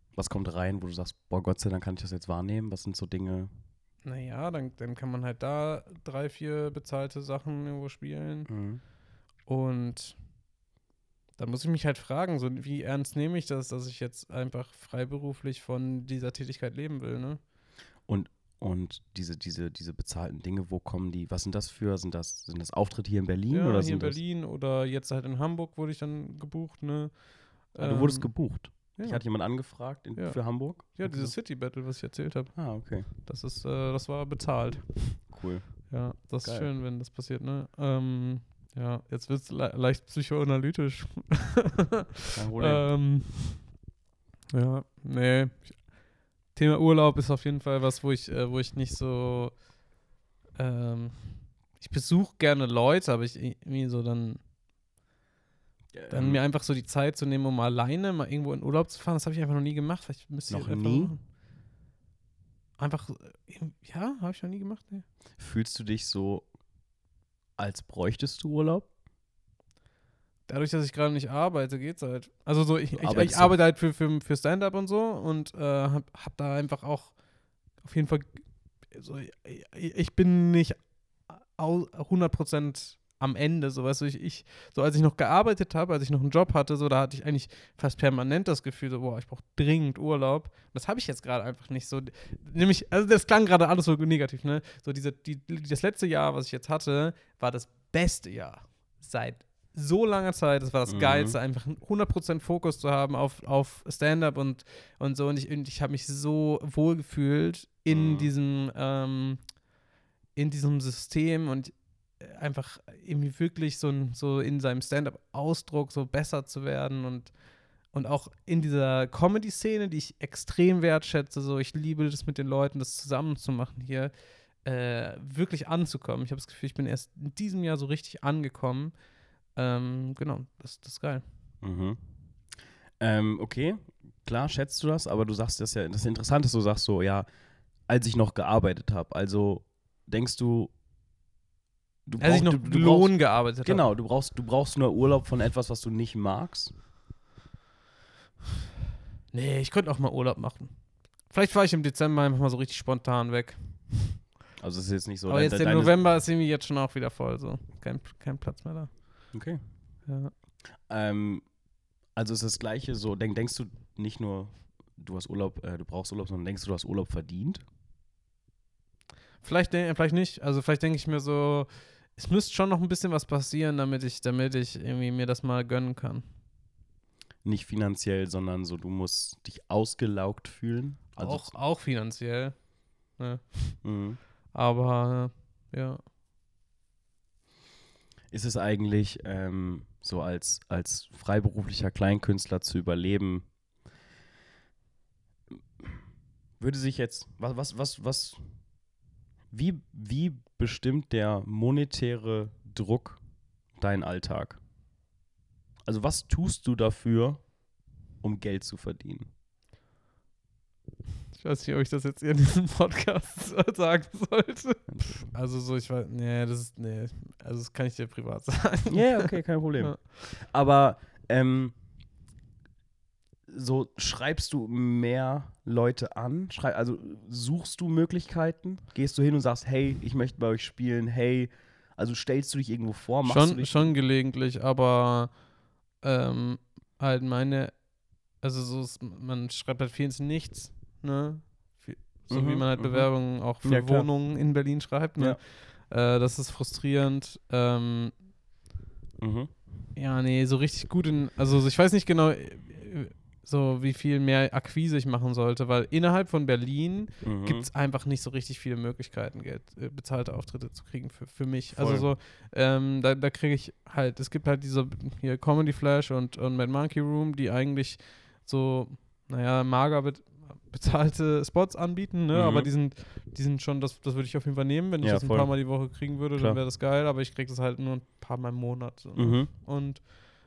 [SPEAKER 3] Was kommt rein, wo du sagst, boah, Gott sei Dank kann ich das jetzt wahrnehmen? Was sind so Dinge?
[SPEAKER 1] Naja, dann kann man halt da 3, 4 bezahlte Sachen irgendwo spielen.
[SPEAKER 3] Mhm.
[SPEAKER 1] Und da muss ich mich halt fragen, so wie ernst nehme ich das, dass ich jetzt einfach freiberuflich von dieser Tätigkeit leben will, ne?
[SPEAKER 3] Und diese bezahlten Dinge, wo kommen die? Was sind das für? Sind das Auftritte hier in Berlin?
[SPEAKER 1] Ja,
[SPEAKER 3] oder
[SPEAKER 1] hier
[SPEAKER 3] sind
[SPEAKER 1] in Berlin oder jetzt halt in Hamburg wurde ich dann gebucht, ne?
[SPEAKER 3] Du wurdest gebucht.
[SPEAKER 1] Ja.
[SPEAKER 3] Ich hatte jemand angefragt
[SPEAKER 1] Ja.
[SPEAKER 3] für Hamburg.
[SPEAKER 1] Ja, dieses City Battle, was ich erzählt habe.
[SPEAKER 3] Ah, okay.
[SPEAKER 1] Das war bezahlt.
[SPEAKER 3] Cool.
[SPEAKER 1] Ja, das
[SPEAKER 3] Geil.
[SPEAKER 1] ist schön, wenn das passiert, ne? Ja, jetzt wird es leicht psychoanalytisch.
[SPEAKER 3] Kein Problem.
[SPEAKER 1] Ja, nee. Thema Urlaub ist auf jeden Fall was, wo ich nicht so ich besuche gerne Leute, aber ich irgendwie so dann mir einfach so die Zeit zu nehmen, um alleine mal irgendwo in Urlaub zu fahren, das habe ich einfach noch nie gemacht. Vielleicht müsste ich
[SPEAKER 3] Noch
[SPEAKER 1] das einfach
[SPEAKER 3] nie?
[SPEAKER 1] machen. Einfach, ja, habe ich noch nie gemacht, ne.
[SPEAKER 3] Fühlst du dich so, als bräuchtest du Urlaub?
[SPEAKER 1] Dadurch, dass ich gerade nicht arbeite, geht's halt. Also so, ich
[SPEAKER 3] arbeitest
[SPEAKER 1] arbeite halt für Stand-up und so und hab da einfach auch auf jeden Fall so, ich bin nicht 100% am Ende, so, weißt du, so als ich noch gearbeitet habe, als ich noch einen Job hatte, so, da hatte ich eigentlich fast permanent das Gefühl, so, boah, ich brauche dringend Urlaub. Das habe ich jetzt gerade einfach nicht so. Nämlich, also das klang gerade alles so negativ, ne? So das letzte Jahr, was ich jetzt hatte, war das beste Jahr seit so langer Zeit. Das war das Geilste, einfach 100% Fokus zu haben auf Stand-up und so. Und ich habe mich so wohl gefühlt in diesem System und einfach irgendwie wirklich so in seinem Stand-up-Ausdruck so besser zu werden und auch in dieser Comedy-Szene, die ich extrem wertschätze, so ich liebe das mit den Leuten, das zusammen zu machen hier, wirklich anzukommen. Ich habe das Gefühl, ich bin erst in diesem Jahr so richtig angekommen. Genau, das ist geil.
[SPEAKER 3] Mhm. Okay, klar schätzt du das, aber du sagst das Interessante ist, du sagst so, ja, als ich noch gearbeitet habe, also denkst du,
[SPEAKER 1] als ich noch Lohn gearbeitet habe.
[SPEAKER 3] Genau, du brauchst nur Urlaub von etwas, was du nicht magst.
[SPEAKER 1] Nee, ich könnte auch mal Urlaub machen. Vielleicht fahre ich im Dezember einfach mal so richtig spontan weg.
[SPEAKER 3] Also es ist jetzt nicht so.
[SPEAKER 1] Aber jetzt der November ist irgendwie jetzt schon auch wieder voll, so. Kein Platz mehr da.
[SPEAKER 3] Okay.
[SPEAKER 1] Ja.
[SPEAKER 3] Also ist das Gleiche so, denkst du nicht nur, du hast Urlaub, du brauchst Urlaub, sondern denkst du hast Urlaub verdient?
[SPEAKER 1] Vielleicht nicht. Also vielleicht denke ich mir so, es müsste schon noch ein bisschen was passieren, damit ich irgendwie mir das mal gönnen kann.
[SPEAKER 3] Nicht finanziell, sondern so, du musst dich ausgelaugt fühlen. Also
[SPEAKER 1] auch finanziell. Ne?
[SPEAKER 3] Mhm.
[SPEAKER 1] Aber, ja.
[SPEAKER 3] Ist es eigentlich so als freiberuflicher Kleinkünstler zu überleben, würde sich jetzt, wie bestimmt der monetäre Druck deinen Alltag? Also was tust du dafür, um Geld zu verdienen?
[SPEAKER 1] Ich weiß nicht, ob ich das jetzt hier in diesem Podcast sagen sollte. Also so, ich weiß, also das kann ich dir privat sagen.
[SPEAKER 3] Ja, yeah, okay, kein Problem.
[SPEAKER 1] Ja.
[SPEAKER 3] Aber so schreibst du mehr Leute an? Also suchst du Möglichkeiten? Gehst du hin und sagst, hey, ich möchte bei euch spielen, hey, also stellst du dich irgendwo vor?
[SPEAKER 1] Schon gelegentlich, aber halt man schreibt halt viel ins Nichts, ne? So wie man halt Bewerbungen auch für Wohnungen in Berlin schreibt, ne? Ja. Das ist frustrierend. Ja, nee, so richtig gut also ich weiß nicht genau, so wie viel mehr Akquise ich machen sollte, weil innerhalb von Berlin gibt es einfach nicht so richtig viele Möglichkeiten, bezahlte Auftritte zu kriegen für mich.
[SPEAKER 3] Voll.
[SPEAKER 1] Also so, da kriege ich halt, es gibt halt diese hier Comedy Flash und Mad Monkey Room, die eigentlich so, naja, mager bezahlte Spots anbieten, ne? Aber die sind schon, das würde ich auf jeden Fall nehmen, wenn ich das ein paar Mal die Woche kriegen würde, dann wäre das geil, aber ich kriege das halt nur ein paar Mal im Monat. So, ne? Und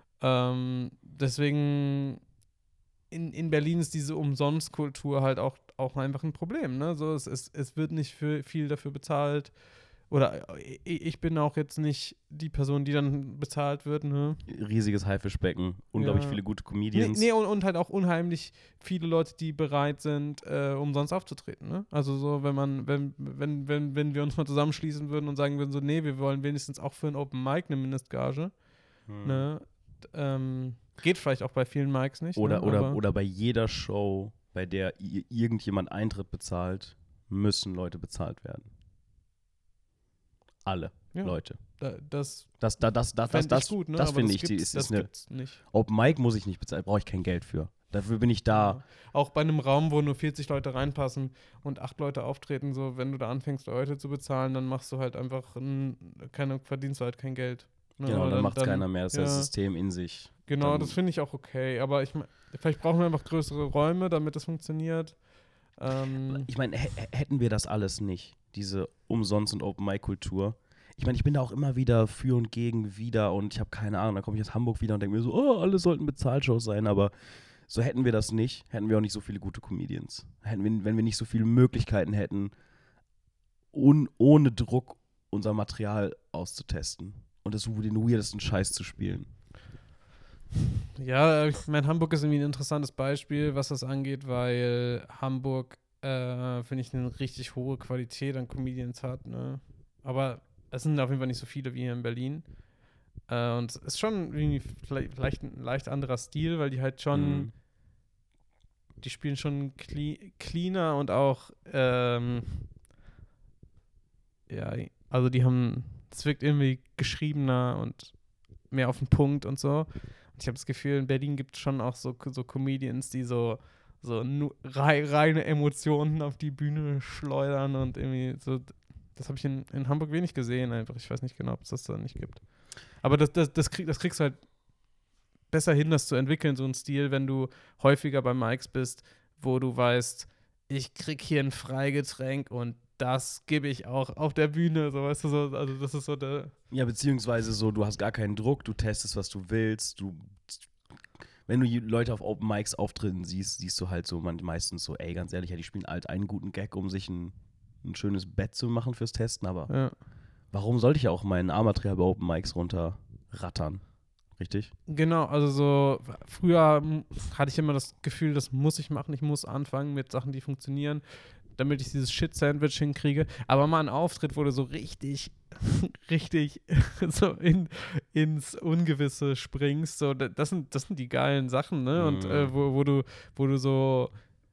[SPEAKER 1] deswegen in Berlin ist diese Umsonstkultur halt auch einfach ein Problem, ne? So, es wird nicht viel dafür bezahlt oder ich bin auch jetzt nicht die Person, die dann bezahlt wird, ne?
[SPEAKER 3] Riesiges Haifischbecken, unglaublich viele gute Comedians.
[SPEAKER 1] Nee, und halt auch unheimlich viele Leute, die bereit sind, umsonst aufzutreten, ne? Also so, wenn wir uns mal zusammenschließen würden und sagen würden so, nee, wir wollen wenigstens auch für ein Open Mic eine Mindestgage, ne? Geht vielleicht auch bei vielen Mics nicht.
[SPEAKER 3] Oder bei jeder Show, bei der irgendjemand Eintritt bezahlt, müssen Leute bezahlt werden. Alle Leute. Das
[SPEAKER 1] gut, ne?
[SPEAKER 3] Das finde ich.
[SPEAKER 1] Gibt's nicht.
[SPEAKER 3] Open Mic muss ich nicht bezahlen, brauche ich kein Geld für. Dafür bin ich da.
[SPEAKER 1] Ja. Auch bei einem Raum, wo nur 40 Leute reinpassen und 8 Leute auftreten, so, wenn du da anfängst, Leute zu bezahlen, dann machst du halt einfach verdienst du halt kein Geld. Ne?
[SPEAKER 3] Genau, dann macht es keiner mehr. Das ist das System in sich.
[SPEAKER 1] Genau, das finde ich auch okay. Aber vielleicht brauchen wir einfach größere Räume, damit das funktioniert.
[SPEAKER 3] Ich meine, hätten wir das alles nicht, diese Umsonst- und Open-Mic-Kultur. Ich meine, ich bin da auch immer wieder für und gegen wieder und ich habe keine Ahnung, dann komme ich aus Hamburg wieder und denke mir so, oh, alle sollten Bezahlshows sein, aber so hätten wir das nicht, hätten wir auch nicht so viele gute Comedians. Wenn wir nicht so viele Möglichkeiten hätten, ohne Druck unser Material auszutesten und den weirdesten Scheiß zu spielen.
[SPEAKER 1] Ja, ich meine, Hamburg ist irgendwie ein interessantes Beispiel, was das angeht, weil Hamburg, finde ich, eine richtig hohe Qualität an Comedians hat, ne? Aber es sind auf jeden Fall nicht so viele wie hier in Berlin. Und es ist schon irgendwie vielleicht ein leicht anderer Stil, weil die halt schon, die spielen schon cleaner und auch, also die haben, es wirkt irgendwie geschriebener und mehr auf den Punkt und so. Ich habe das Gefühl, in Berlin gibt es schon auch so Comedians, die so reine Emotionen auf die Bühne schleudern und irgendwie so. Das habe ich in Hamburg wenig gesehen einfach. Ich weiß nicht genau, ob es das da nicht gibt. Aber das kriegst du halt besser hin, das zu entwickeln, so ein Stil, wenn du häufiger bei Mics bist, wo du weißt, ich krieg hier ein Freigetränk und das gebe ich auch auf der Bühne, so, weißt du, so, also das ist so der.
[SPEAKER 3] Ja, beziehungsweise so, du hast gar keinen Druck, du testest, was du willst, wenn du Leute auf Open Mics auftreten siehst du halt so meistens so, ey, ganz ehrlich, ja, die spielen halt einen guten Gag, um sich ein schönes Bett zu machen fürs Testen, aber warum sollte ich auch mein A-Material bei Open Mics runterrattern? Richtig?
[SPEAKER 1] Genau, also so, früher hatte ich immer das Gefühl, das muss ich machen, ich muss anfangen mit Sachen, die funktionieren, damit ich dieses Shit-Sandwich hinkriege. Aber mal ein Auftritt, wo du so richtig so ins Ungewisse springst, so, das sind die geilen Sachen, ne? Und wo du so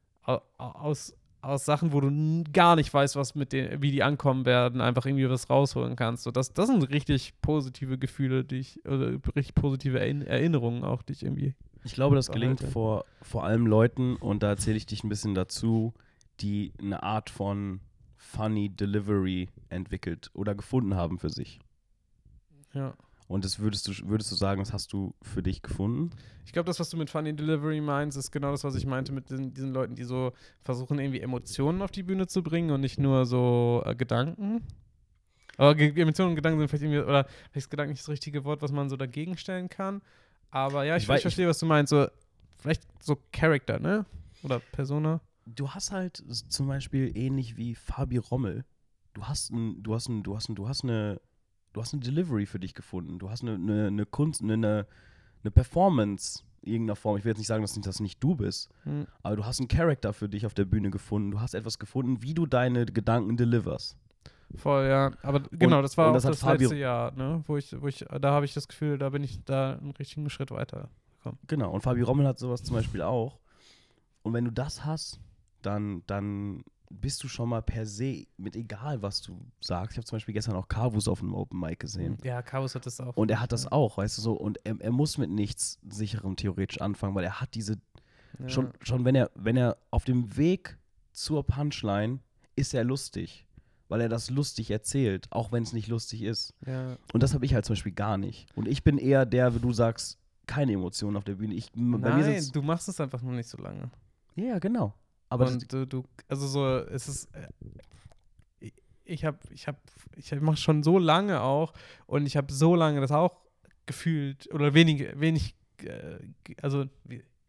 [SPEAKER 1] aus Sachen, wo du gar nicht weißt, wie die ankommen werden, einfach irgendwie was rausholen kannst. So, das sind richtig positive Gefühle, richtig positive Erinnerungen auch, die ich irgendwie.
[SPEAKER 3] Ich glaube, das gelingt vor allem Leuten, und da erzähle ich dich ein bisschen dazu, die eine Art von funny Delivery entwickelt oder gefunden haben für sich.
[SPEAKER 1] Ja.
[SPEAKER 3] Und das würdest du sagen, das hast du für dich gefunden?
[SPEAKER 1] Ich glaube, das, was du mit Funny Delivery meinst, ist genau das, was ich meinte mit diesen Leuten, die so versuchen, irgendwie Emotionen auf die Bühne zu bringen und nicht nur so Gedanken. Aber Emotionen und Gedanken sind vielleicht irgendwie, oder vielleicht ist Gedanken nicht das richtige Wort, was man so dagegen stellen kann. Aber ja, ich verstehe, was du meinst. So, vielleicht so Charakter, ne? Oder Persona.
[SPEAKER 3] Du hast halt zum Beispiel ähnlich wie Fabi Rommel. Du hast eine Delivery für dich gefunden. Du hast eine Kunst, eine Performance in irgendeiner Form. Ich will jetzt nicht sagen, dass das nicht du bist, aber du hast einen Charakter für dich auf der Bühne gefunden. Du hast etwas gefunden, wie du deine Gedanken deliverst.
[SPEAKER 1] Voll, ja. Aber genau, das war auch das
[SPEAKER 3] letzte
[SPEAKER 1] Jahr, ne? Wo ich, da habe ich das Gefühl, da bin ich da einen richtigen Schritt weiter gekommen.
[SPEAKER 3] Genau, und Fabi Rommel hat sowas zum Beispiel auch. Und wenn du das hast, dann bist du schon mal per se mit egal, was du sagst. Ich habe zum Beispiel gestern auch Carvus auf einem Open Mic gesehen.
[SPEAKER 1] Ja, Carvus hat das auch.
[SPEAKER 3] Und er hat das auch, weißt du so. Und er muss mit nichts Sicherem theoretisch anfangen, weil er hat diese, schon wenn er auf dem Weg zur Punchline ist er lustig, weil er das lustig erzählt, auch wenn es nicht lustig ist.
[SPEAKER 1] Ja.
[SPEAKER 3] Und das habe ich halt zum Beispiel gar nicht. Und ich bin eher der, wie du sagst, keine Emotionen auf der Bühne.
[SPEAKER 1] Nein, du machst es einfach nur nicht so lange.
[SPEAKER 3] Ja, genau. Aber
[SPEAKER 1] und also so, es ist, ich mache schon so lange auch und ich habe so lange das auch gefühlt oder wenig, also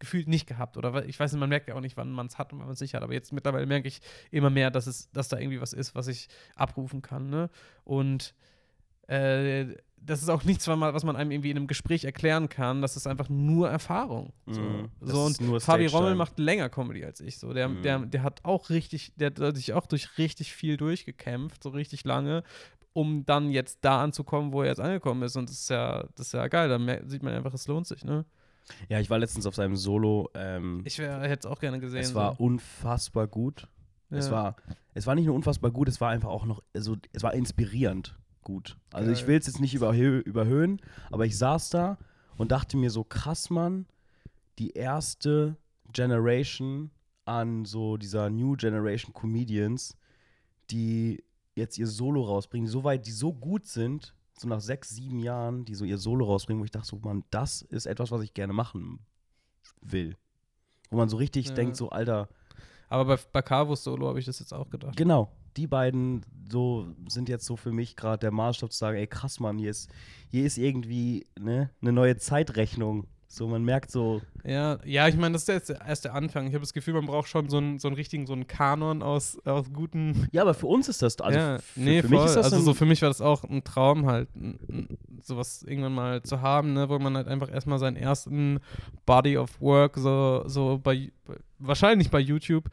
[SPEAKER 1] gefühlt nicht gehabt. Oder ich weiß nicht, man merkt ja auch nicht, wann man es hat und wann man es nicht hat. Aber jetzt mittlerweile merke ich immer mehr, dass da irgendwie was ist, was ich abrufen kann. Ne? Und das ist auch nichts, was man einem irgendwie in einem Gespräch erklären kann. Das ist einfach nur Erfahrung. Und Fabi Rommel macht länger Comedy als ich. So. Der hat sich auch durch richtig viel durchgekämpft, so richtig lange, um dann jetzt da anzukommen, wo er jetzt angekommen ist. Und das ist ja geil. Da sieht man einfach, es lohnt sich, ne?
[SPEAKER 3] Ja, ich war letztens auf seinem Solo.
[SPEAKER 1] Ich hätte es auch gerne gesehen.
[SPEAKER 3] Es war unfassbar gut. Ja. Es war nicht nur unfassbar gut, es war einfach auch noch, also es war inspirierend gut. Also geil. Ich will es jetzt nicht überhöhen, aber ich saß da und dachte mir so, krass, Mann, die erste Generation an so dieser New Generation Comedians, die jetzt ihr Solo rausbringen, die so gut sind, so nach 6, 7 Jahren, die so ihr Solo rausbringen, wo ich dachte so, Mann, das ist etwas, was ich gerne machen will. Wo man so richtig denkt, so, Alter.
[SPEAKER 1] Aber bei Carvos Solo habe ich das jetzt auch gedacht.
[SPEAKER 3] Genau, die beiden so sind jetzt so für mich gerade der Maßstab zu sagen, ey krass, Mann, hier ist irgendwie eine neue Zeitrechnung. So, man merkt so. Ja,
[SPEAKER 1] ich meine, das ist jetzt erst der Anfang. Ich habe das Gefühl, man braucht schon so einen richtigen Kanon aus guten.
[SPEAKER 3] Ja, aber für uns ist das, also
[SPEAKER 1] für mich ist das so für mich war das auch ein Traum halt, sowas irgendwann mal zu haben, ne, wo man halt einfach erstmal seinen ersten Body of Work so wahrscheinlich bei YouTube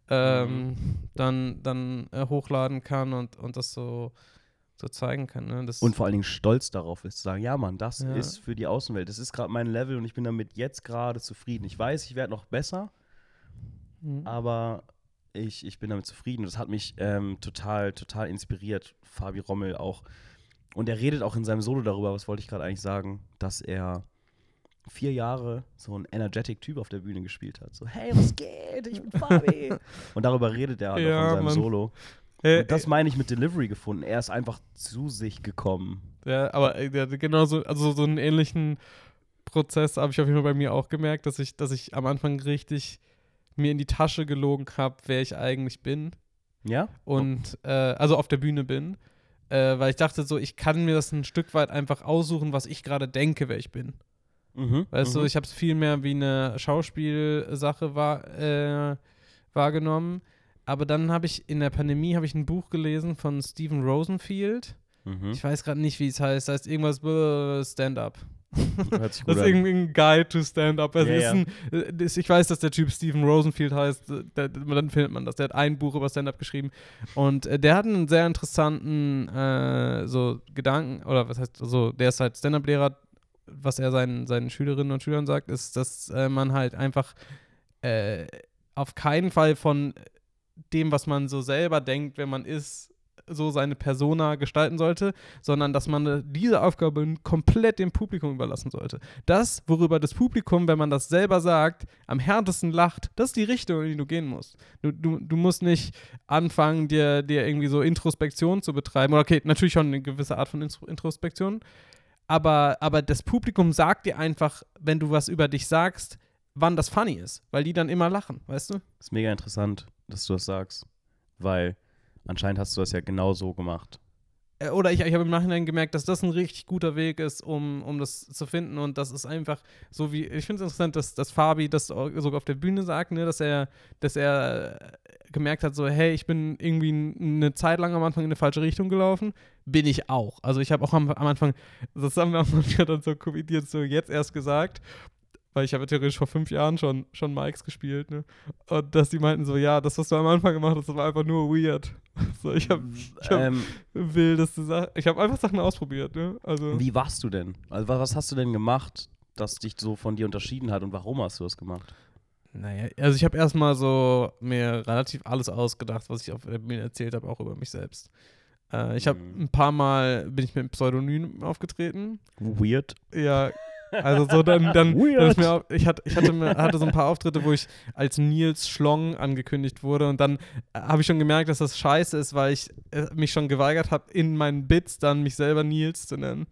[SPEAKER 1] dann hochladen kann und das so zeigen kann. Ne?
[SPEAKER 3] Und vor allen Dingen stolz darauf ist, zu sagen, ja Mann, das ist für die Außenwelt, das ist gerade mein Level und ich bin damit jetzt gerade zufrieden. Ich weiß, ich werde noch besser, aber ich bin damit zufrieden. Das hat mich total inspiriert, Fabi Rommel auch. Und er redet auch in seinem Solo darüber, was wollte ich gerade eigentlich sagen, dass er 4 Jahre so ein energetic Typ auf der Bühne gespielt hat. So, hey, was geht? Ich bin Fabi. Und darüber redet er halt auch in seinem Solo. Und das meine ich mit Delivery gefunden. Er ist einfach zu sich gekommen.
[SPEAKER 1] Ja, aber genauso, also so einen ähnlichen Prozess habe ich auf jeden Fall bei mir auch gemerkt, dass ich am Anfang richtig mir in die Tasche gelogen habe, wer ich eigentlich bin.
[SPEAKER 3] Ja?
[SPEAKER 1] Und also auf der Bühne bin. Weil ich dachte so, ich kann mir das ein Stück weit einfach aussuchen, was ich gerade denke, wer ich bin. Weißt du, ich habe es viel mehr wie eine Schauspielsache wahrgenommen. Aber dann habe ich in der Pandemie ein Buch gelesen von Stephen Rosenfield. Ich weiß gerade nicht, wie es heißt. Das heißt irgendwas Stand-up.
[SPEAKER 3] Hört sich gut
[SPEAKER 1] das ist irgendwie ein Guide to Stand-up. Ich weiß, dass der Typ Stephen Rosenfield heißt. Dann findet man das. Der hat ein Buch über Stand-up geschrieben. Und der hat einen sehr interessanten so Gedanken, oder was heißt so, der ist halt Stand-up-Lehrer. Was er seinen Schülerinnen und Schülern sagt, ist, dass man halt einfach auf keinen Fall von dem, was man so selber denkt, wenn man ist, so seine Persona gestalten sollte, sondern dass man diese Aufgabe komplett dem Publikum überlassen sollte. Das, worüber das Publikum, wenn man das selber sagt, am härtesten lacht, das ist die Richtung, in die du gehen musst. Du musst nicht anfangen, dir irgendwie so Introspektion zu betreiben. Oder okay, natürlich schon eine gewisse Art von Introspektion, aber das Publikum sagt dir einfach, wenn du was über dich sagst, wann das funny ist, weil die dann immer lachen, weißt du?
[SPEAKER 3] Das ist mega interessant, dass du das sagst, weil anscheinend hast du das ja genau so gemacht.
[SPEAKER 1] Oder ich habe im Nachhinein gemerkt, dass das ein richtig guter Weg ist, um das zu finden, und das ist einfach so wie, ich finde es interessant, dass Fabi das sogar auf der Bühne sagt, ne, dass er gemerkt hat, so, hey, ich bin irgendwie eine Zeit lang am Anfang in eine falsche Richtung gelaufen, bin ich auch. Also ich habe auch am Anfang, das haben wir auch manchmal dann so kommentiert, so jetzt erst gesagt, weil ich habe theoretisch vor 5 Jahren schon Mikes gespielt, ne? Und dass die meinten so, ja, das, was du am Anfang gemacht hast, das war einfach nur weird. So, ich habe wildeste Sachen, ich habe einfach Sachen ausprobiert, ne? Also.
[SPEAKER 3] Wie warst du denn? Also was hast du denn gemacht, das dich so von dir unterschieden hat, und warum hast du das gemacht?
[SPEAKER 1] Naja, also ich habe erstmal so mir relativ alles ausgedacht, was ich auf der Bühne erzählt habe, auch über mich selbst. Ich habe ein paar Mal, bin ich mit einem Pseudonym aufgetreten.
[SPEAKER 3] Weird.
[SPEAKER 1] Ja, also so dann ich hatte so ein paar Auftritte, wo ich als Nils Schlong angekündigt wurde, und dann habe ich schon gemerkt, dass das scheiße ist, weil ich mich schon geweigert habe, in meinen Bits dann mich selber Nils zu nennen.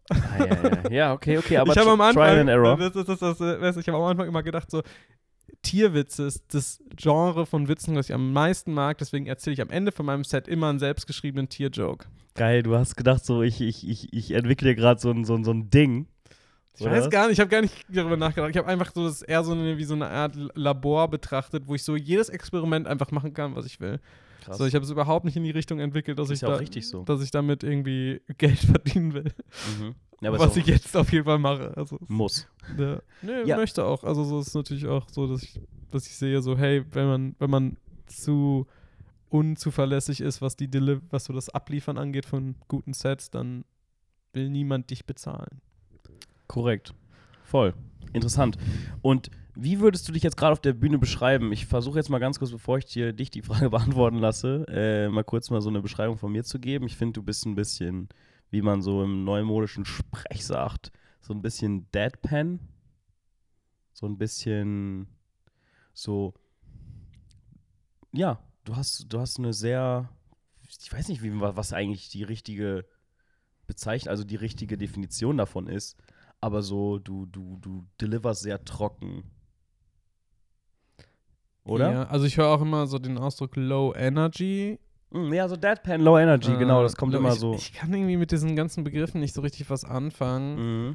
[SPEAKER 3] Ja, okay, aber
[SPEAKER 1] ich habe am Anfang,
[SPEAKER 3] Trial and Error.
[SPEAKER 1] Ich habe am Anfang immer gedacht, so Tierwitze ist das Genre von Witzen, das ich am meisten mag, deswegen erzähle ich am Ende von meinem Set immer einen selbstgeschriebenen Tierjoke.
[SPEAKER 3] Geil, du hast gedacht, so ich entwickle gerade so ein Ding.
[SPEAKER 1] Ich weiß gar nicht, ich habe gar nicht darüber nachgedacht. Ich habe einfach so das eher wie so eine Art Labor betrachtet, wo ich so jedes Experiment einfach machen kann, was ich will.
[SPEAKER 3] Krass.
[SPEAKER 1] So, ich habe es überhaupt nicht in die Richtung entwickelt, dass
[SPEAKER 3] ist ja auch richtig so.
[SPEAKER 1] dass ich damit irgendwie Geld verdienen will.
[SPEAKER 3] Mhm. Ja, aber
[SPEAKER 1] was ich jetzt auf jeden Fall mache. Also,
[SPEAKER 3] muss.
[SPEAKER 1] Ja, möchte auch. Also so ist natürlich auch so, dass ich sehe, so, hey, wenn man zu unzuverlässig ist, was so das Abliefern angeht von guten Sets, dann will niemand dich bezahlen.
[SPEAKER 3] Korrekt. Voll. Interessant. Und wie würdest du dich jetzt gerade auf der Bühne beschreiben? Ich versuche jetzt mal ganz kurz, bevor ich dich die Frage beantworten lasse, mal kurz mal so eine Beschreibung von mir zu geben. Ich finde, du bist ein bisschen, wie man so im neumodischen Sprech sagt, so ein bisschen Deadpan. So ein bisschen so, ja, du hast eine sehr, ich weiß nicht, was eigentlich die richtige Bezeichnung, also die richtige Definition davon ist, aber so, du deliverst sehr trocken. Oder?
[SPEAKER 1] Ja, also ich höre auch immer so den Ausdruck Low Energy.
[SPEAKER 3] Ja, so Deadpan, Low Energy, genau, das kommt immer so.
[SPEAKER 1] Ich kann irgendwie mit diesen ganzen Begriffen nicht so richtig was anfangen.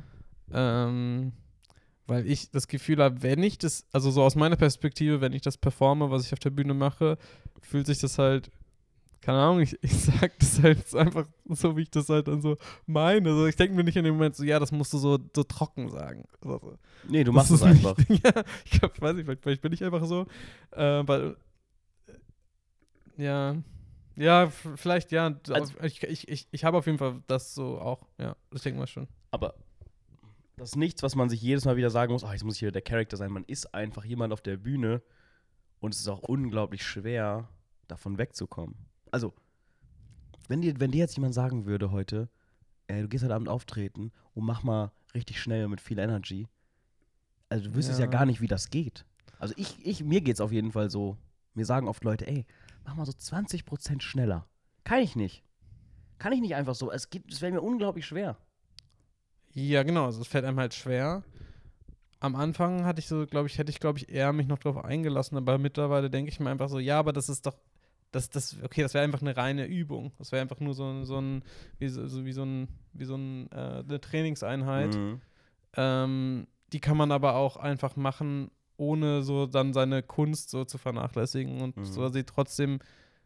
[SPEAKER 1] Weil ich das Gefühl habe, wenn ich das, also so aus meiner Perspektive, wenn ich das performe, was ich auf der Bühne mache, fühlt sich das halt, keine Ahnung, ich sag das halt einfach so, wie ich das halt dann so meine. Also ich denke mir nicht in dem Moment so, ja, das musst du so trocken sagen. Also,
[SPEAKER 3] nee, du machst es einfach.
[SPEAKER 1] Ja, ich weiß nicht, vielleicht bin ich einfach so. Weil, ja, vielleicht, ja. Also, ich habe auf jeden Fall das so auch, ja, das denke ich mal schon.
[SPEAKER 3] Aber das ist nichts, was man sich jedes Mal wieder sagen muss, jetzt muss ich wieder der Charakter sein. Man ist einfach jemand auf der Bühne und es ist auch unglaublich schwer, davon wegzukommen. Also, wenn dir jetzt jemand sagen würde heute, du gehst heute Abend auftreten und mach mal richtig schnell mit viel Energy, also du wüsstest ja gar nicht, wie das geht. Also mir geht's auf jeden Fall so, mir sagen oft Leute, mach mal so 20% schneller. Kann ich nicht einfach so, es wäre mir unglaublich schwer.
[SPEAKER 1] Ja, genau, also es fällt einem halt schwer. Am Anfang hätte ich eher mich noch drauf eingelassen, aber mittlerweile denke ich mir einfach so, ja, aber das ist doch, das wäre einfach eine reine Übung. Das wäre einfach nur eine Trainingseinheit. Die kann man aber auch einfach machen, ohne so dann seine Kunst so zu vernachlässigen und so sie trotzdem,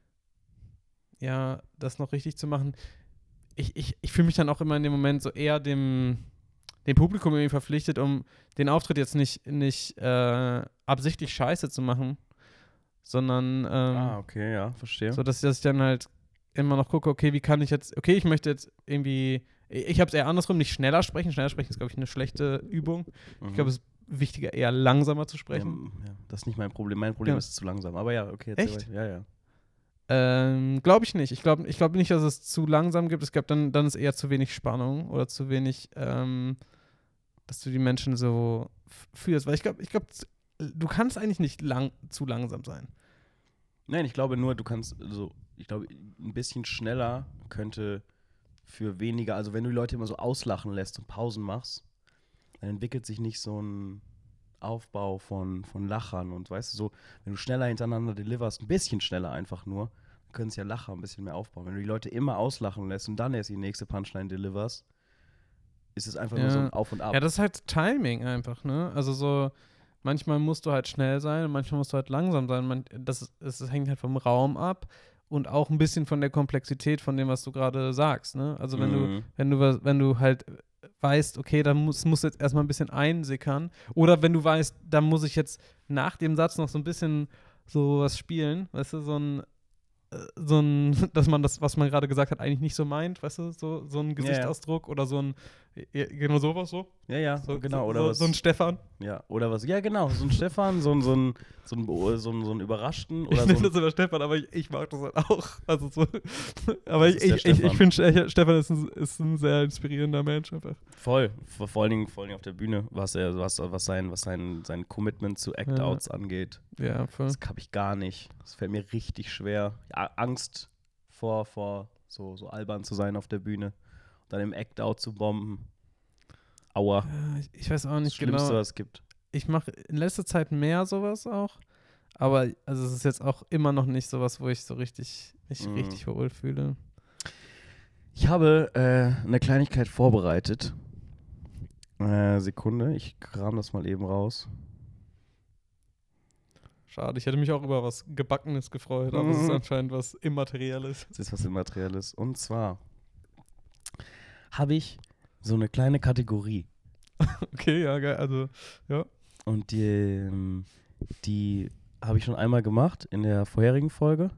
[SPEAKER 1] ja, das noch richtig zu machen. Ich fühle mich dann auch immer in dem Moment so eher dem Publikum irgendwie verpflichtet, um den Auftritt jetzt nicht absichtlich scheiße zu machen, sondern
[SPEAKER 3] okay, ja, verstehe.
[SPEAKER 1] So, dass ich dann halt immer noch gucke, okay, wie kann ich jetzt, ich möchte jetzt irgendwie, ich habe es eher andersrum, nicht schneller sprechen. Schneller sprechen ist, glaube ich, eine schlechte Übung. Ich glaube, es ist wichtiger, eher langsamer zu sprechen.
[SPEAKER 3] Ja, das ist nicht mein Problem. Mein Problem ist zu langsam. Aber ja, okay.
[SPEAKER 1] Echt?
[SPEAKER 3] Ja.
[SPEAKER 1] Glaube ich nicht. Ich glaube nicht, dass es zu langsam gibt. Es gab dann ist eher zu wenig Spannung oder zu wenig, dass du die Menschen so führst. Weil ich glaube, du kannst eigentlich nicht zu langsam sein.
[SPEAKER 3] Nein, ich glaube nur, du kannst, ich glaube, ein bisschen schneller könnte für weniger, also wenn du die Leute immer so auslachen lässt und Pausen machst, dann entwickelt sich nicht so ein Aufbau von Lachern und weißt du, so, wenn du schneller hintereinander deliverst, ein bisschen schneller einfach nur, dann können es ja Lacher ein bisschen mehr aufbauen. Wenn du die Leute immer auslachen lässt und dann erst die nächste Punchline deliverst, ist es einfach nur so ein Auf und Ab.
[SPEAKER 1] Ja, das ist halt Timing einfach, ne? Also so, manchmal musst du halt schnell sein und manchmal musst du halt langsam sein. Das hängt halt vom Raum ab und auch ein bisschen von der Komplexität von dem, was du gerade sagst, ne? Also wenn du halt weißt, okay, da muss jetzt erstmal ein bisschen einsickern, oder wenn du weißt, da muss ich jetzt nach dem Satz noch so ein bisschen so was spielen, weißt du, dass man das, was man gerade gesagt hat, eigentlich nicht so meint, weißt du, so ein Gesichtsausdruck oder so ein, genau sowas so.
[SPEAKER 3] Ja,
[SPEAKER 1] so,
[SPEAKER 3] genau.
[SPEAKER 1] So,
[SPEAKER 3] oder was,
[SPEAKER 1] so ein Stefan.
[SPEAKER 3] Ja, oder was, ja genau, so ein Stefan, so ein Überraschten. Oder
[SPEAKER 1] ich nenne das immer Stefan, aber ich mag das halt auch. Also so, aber ich finde, Stefan ist ein sehr inspirierender Mensch einfach.
[SPEAKER 3] Voll, vor allen Dingen auf der Bühne, was sein Commitment zu Act-Outs angeht.
[SPEAKER 1] Ja, voll.
[SPEAKER 3] Das habe ich gar nicht. Das fällt mir richtig schwer. Ja, Angst vor so albern zu sein auf der Bühne. Und dann im Act-Out zu bomben. Aua.
[SPEAKER 1] Ich weiß auch nicht
[SPEAKER 3] das Schlimmste,
[SPEAKER 1] genau.
[SPEAKER 3] was es gibt.
[SPEAKER 1] Ich mache in letzter Zeit mehr sowas auch. Aber also es ist jetzt auch immer noch nicht sowas, wo ich so richtig wohl fühle.
[SPEAKER 3] Ich habe eine Kleinigkeit vorbereitet. Sekunde, ich kram das mal eben raus.
[SPEAKER 1] Schade, ich hätte mich auch über was Gebackenes gefreut, aber es ist anscheinend was Immaterielles.
[SPEAKER 3] Es ist was Immaterielles. Und zwar habe ich so eine kleine Kategorie.
[SPEAKER 1] Okay, ja, geil. Also, ja.
[SPEAKER 3] Und die habe ich schon einmal gemacht in der vorherigen Folge.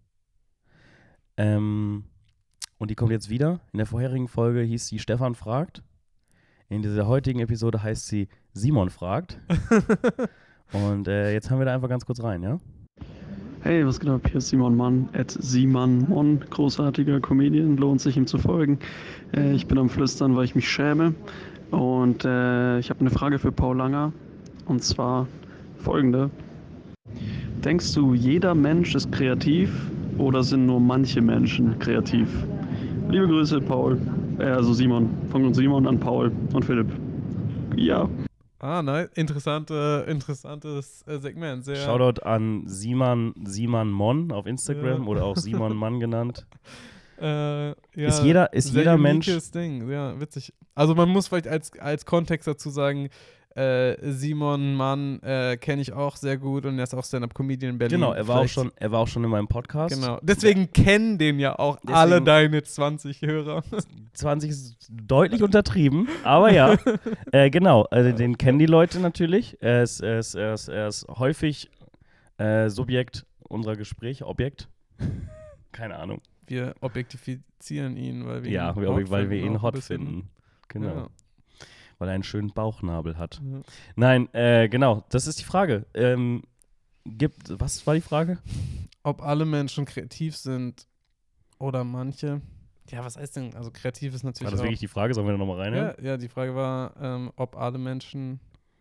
[SPEAKER 3] Und die kommt jetzt wieder. In der vorherigen Folge hieß sie Stefan fragt. In dieser heutigen Episode heißt sie Simon fragt. Und jetzt haben wir da einfach ganz kurz rein, ja?
[SPEAKER 4] Hey, was geht ab? Hier ist Simon Mann, @SimonMon, großartiger Comedian, lohnt sich ihm zu folgen. Ich bin am Flüstern, weil ich mich schäme. Und ich habe eine Frage für Paul Langer. Und zwar folgende. Denkst du, jeder Mensch ist kreativ oder sind nur manche Menschen kreativ? Liebe Grüße, Paul. Also Simon. Von Simon an Paul und Philipp. Ja.
[SPEAKER 1] Ah, nein, interessantes Segment. Sehr
[SPEAKER 3] Shoutout an Simon Mon auf Instagram oder auch Simon Mann genannt.
[SPEAKER 1] ja,
[SPEAKER 3] ist jeder Mensch.
[SPEAKER 1] Ding, ja, witzig. Also man muss vielleicht als Kontext dazu sagen, Simon Mann kenne ich auch sehr gut und er ist auch Stand-Up-Comedian in Berlin.
[SPEAKER 3] Genau, er war auch schon in meinem Podcast.
[SPEAKER 1] Genau, deswegen kennen den ja auch alle deine 20 Hörer.
[SPEAKER 3] 20 ist deutlich untertrieben, aber ja, genau, also den kennen die Leute natürlich. Er ist häufig Subjekt unserer Gespräche, Objekt. Keine Ahnung.
[SPEAKER 1] Wir objektifizieren ihn, weil wir
[SPEAKER 3] ihn hot finden. Genau. Ja. Weil er einen schönen Bauchnabel hat.
[SPEAKER 1] Ja.
[SPEAKER 3] Nein, genau, das ist die Frage. Was war die Frage?
[SPEAKER 1] Ob alle Menschen kreativ sind oder manche. Ja, was heißt denn? Also kreativ ist natürlich
[SPEAKER 3] War das wirklich die Frage? Sollen wir da nochmal rein?
[SPEAKER 1] Ja, die Frage war, ob alle Menschen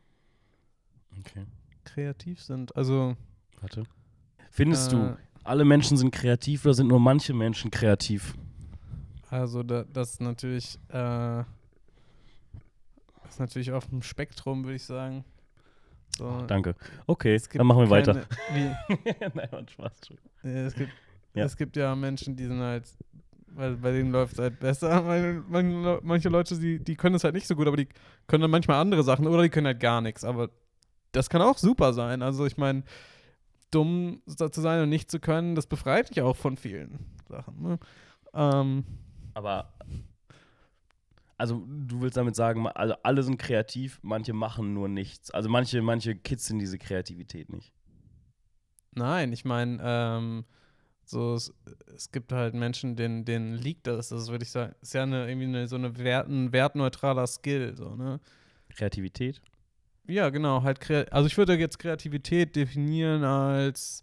[SPEAKER 1] kreativ sind. Also
[SPEAKER 3] warte. Findest du, alle Menschen sind kreativ oder sind nur manche Menschen kreativ?
[SPEAKER 1] Also das ist natürlich auf dem Spektrum, würde ich sagen. So.
[SPEAKER 3] Danke. Okay, dann machen wir weiter.
[SPEAKER 1] Nein, man Spaß. Es gibt ja Menschen, die sind halt, weil bei denen läuft es halt besser. Manche Leute, die können es halt nicht so gut, aber die können dann manchmal andere Sachen oder die können halt gar nichts. Aber das kann auch super sein. Also ich meine, dumm zu sein und nicht zu können, das befreit dich auch von vielen Sachen. Ne?
[SPEAKER 3] Aber also du willst damit sagen, also alle sind kreativ, manche machen nur nichts. Also manche kitzeln diese Kreativität nicht.
[SPEAKER 1] Nein, ich meine, es gibt halt Menschen, denen liegt das. Das würde ich sagen, ist ja ein wertneutraler Skill. So, ne?
[SPEAKER 3] Kreativität?
[SPEAKER 1] Ja, genau. Also ich würde jetzt Kreativität definieren als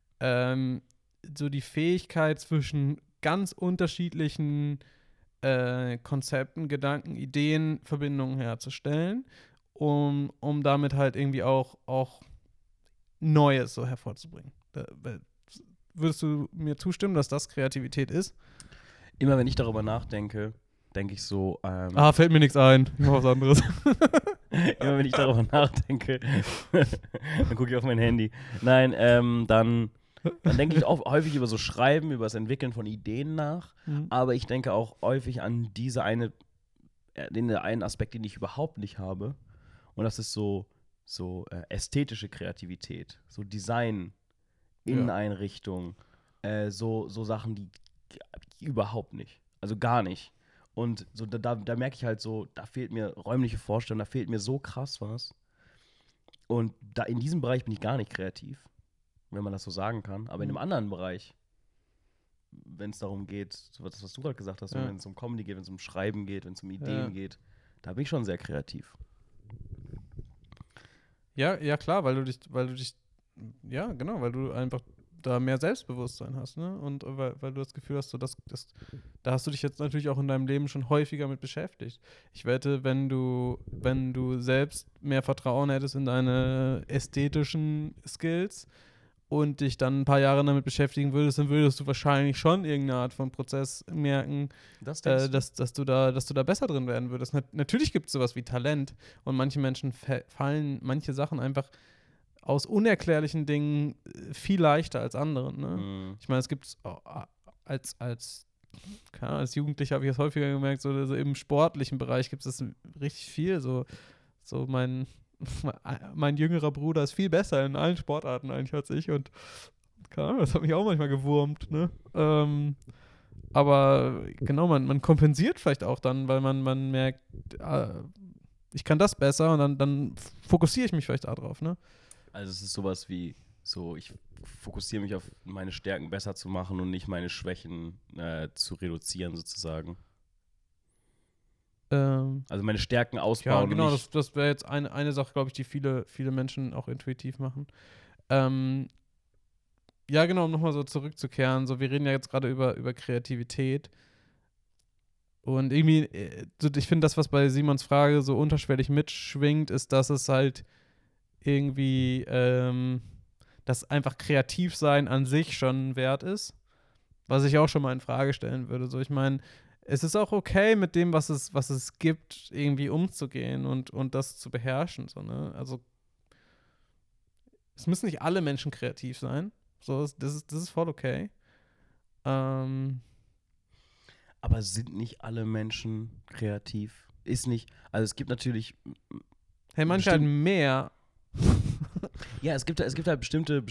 [SPEAKER 1] so die Fähigkeit zwischen ganz unterschiedlichen Konzepten, Gedanken, Ideen, Verbindungen herzustellen, um damit halt irgendwie auch Neues so hervorzubringen. Würdest du mir zustimmen, dass das Kreativität ist?
[SPEAKER 3] Immer wenn ich darüber nachdenke, denke ich so
[SPEAKER 1] fällt mir nichts ein. Ich mach was anderes.
[SPEAKER 3] Immer wenn ich darüber nachdenke, dann gucke ich auf mein Handy. Nein, dann denke ich auch häufig über so Schreiben, über das Entwickeln von Ideen nach, aber ich denke auch häufig an den einen Aspekt, den ich überhaupt nicht habe, und das ist so ästhetische Kreativität, so Design, Inneneinrichtung, so Sachen, die überhaupt nicht, also gar nicht. Und so da merke ich halt so, da fehlt mir räumliche Vorstellung, da fehlt mir so krass was. Und da in diesem Bereich bin ich gar nicht kreativ, wenn man das so sagen kann. Aber in einem anderen Bereich, wenn es darum geht, was du gerade gesagt hast, wenn es um Comedy geht, wenn es um Schreiben geht, wenn es um Ideen geht, da bin ich schon sehr kreativ.
[SPEAKER 1] Ja, klar, weil du einfach da mehr Selbstbewusstsein hast, ne? Und weil du das Gefühl hast, da hast du dich jetzt natürlich auch in deinem Leben schon häufiger mit beschäftigt. Ich wette, wenn du selbst mehr Vertrauen hättest in deine ästhetischen Skills und dich dann ein paar Jahre damit beschäftigen würdest, dann würdest du wahrscheinlich schon irgendeine Art von Prozess merken, dass du da besser drin werden würdest. Natürlich gibt es sowas wie Talent und manche Menschen fallen manche Sachen einfach aus unerklärlichen Dingen viel leichter als anderen. Ne? Ich meine, es gibt als keine Ahnung, als Jugendlicher habe ich das häufiger gemerkt, so im sportlichen Bereich gibt es richtig viel, so mein jüngerer Bruder ist viel besser in allen Sportarten eigentlich als ich und keine Ahnung, das hat mich auch manchmal gewurmt, ne? Aber genau, man kompensiert vielleicht auch dann, weil man merkt, ich kann das besser und dann fokussiere ich mich vielleicht darauf, ne?
[SPEAKER 3] Also es ist sowas wie, ich fokussiere mich auf meine Stärken besser zu machen und nicht meine Schwächen zu reduzieren sozusagen. Also meine Stärken ausbauen.
[SPEAKER 1] Ja, genau,
[SPEAKER 3] und nicht
[SPEAKER 1] das wäre jetzt eine Sache, glaube ich, die viele Menschen auch intuitiv machen. Ja, genau, um nochmal so zurückzukehren, so wir reden ja jetzt gerade über Kreativität und irgendwie, ich finde das, was bei Simons Frage so unterschwellig mitschwingt, ist, dass es halt irgendwie, dass einfach kreativ sein an sich schon wert ist, was ich auch schon mal in Frage stellen würde. So, ich meine, es ist auch okay, mit dem, was es gibt, irgendwie umzugehen und das zu beherrschen, so, ne? Also, es müssen nicht alle Menschen kreativ sein. So, das ist voll okay.
[SPEAKER 3] Aber sind nicht alle Menschen kreativ? Ist nicht, also es gibt natürlich
[SPEAKER 1] Hey, manche halt mehr.
[SPEAKER 3] Ja, es gibt halt bestimmte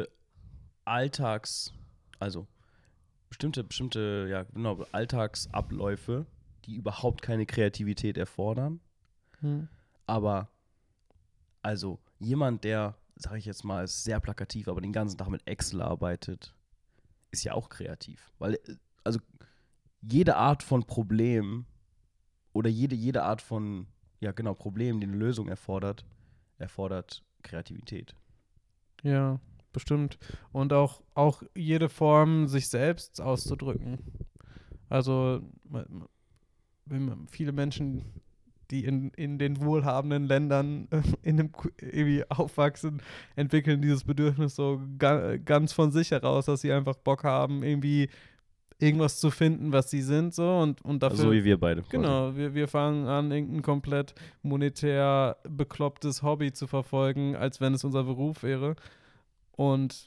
[SPEAKER 3] bestimmte, ja genau, Alltagsabläufe, die überhaupt keine Kreativität erfordern. Aber, also, jemand, der, sage ich jetzt mal, ist sehr plakativ, aber den ganzen Tag mit Excel arbeitet, ist ja auch kreativ. Weil, also, jede Art von Problem oder jede Art von, ja genau, Problem, die eine Lösung erfordert Kreativität.
[SPEAKER 1] Ja, bestimmt. Und auch jede Form, sich selbst auszudrücken. Also, viele Menschen, die in den wohlhabenden Ländern irgendwie aufwachsen, entwickeln dieses Bedürfnis so ganz von sich heraus, dass sie einfach Bock haben, irgendwie irgendwas zu finden, was sie sind, so und dafür.
[SPEAKER 3] So wie wir beide.
[SPEAKER 1] Genau, wir fangen an, irgendein komplett monetär beklopptes Hobby zu verfolgen, als wenn es unser Beruf wäre. Und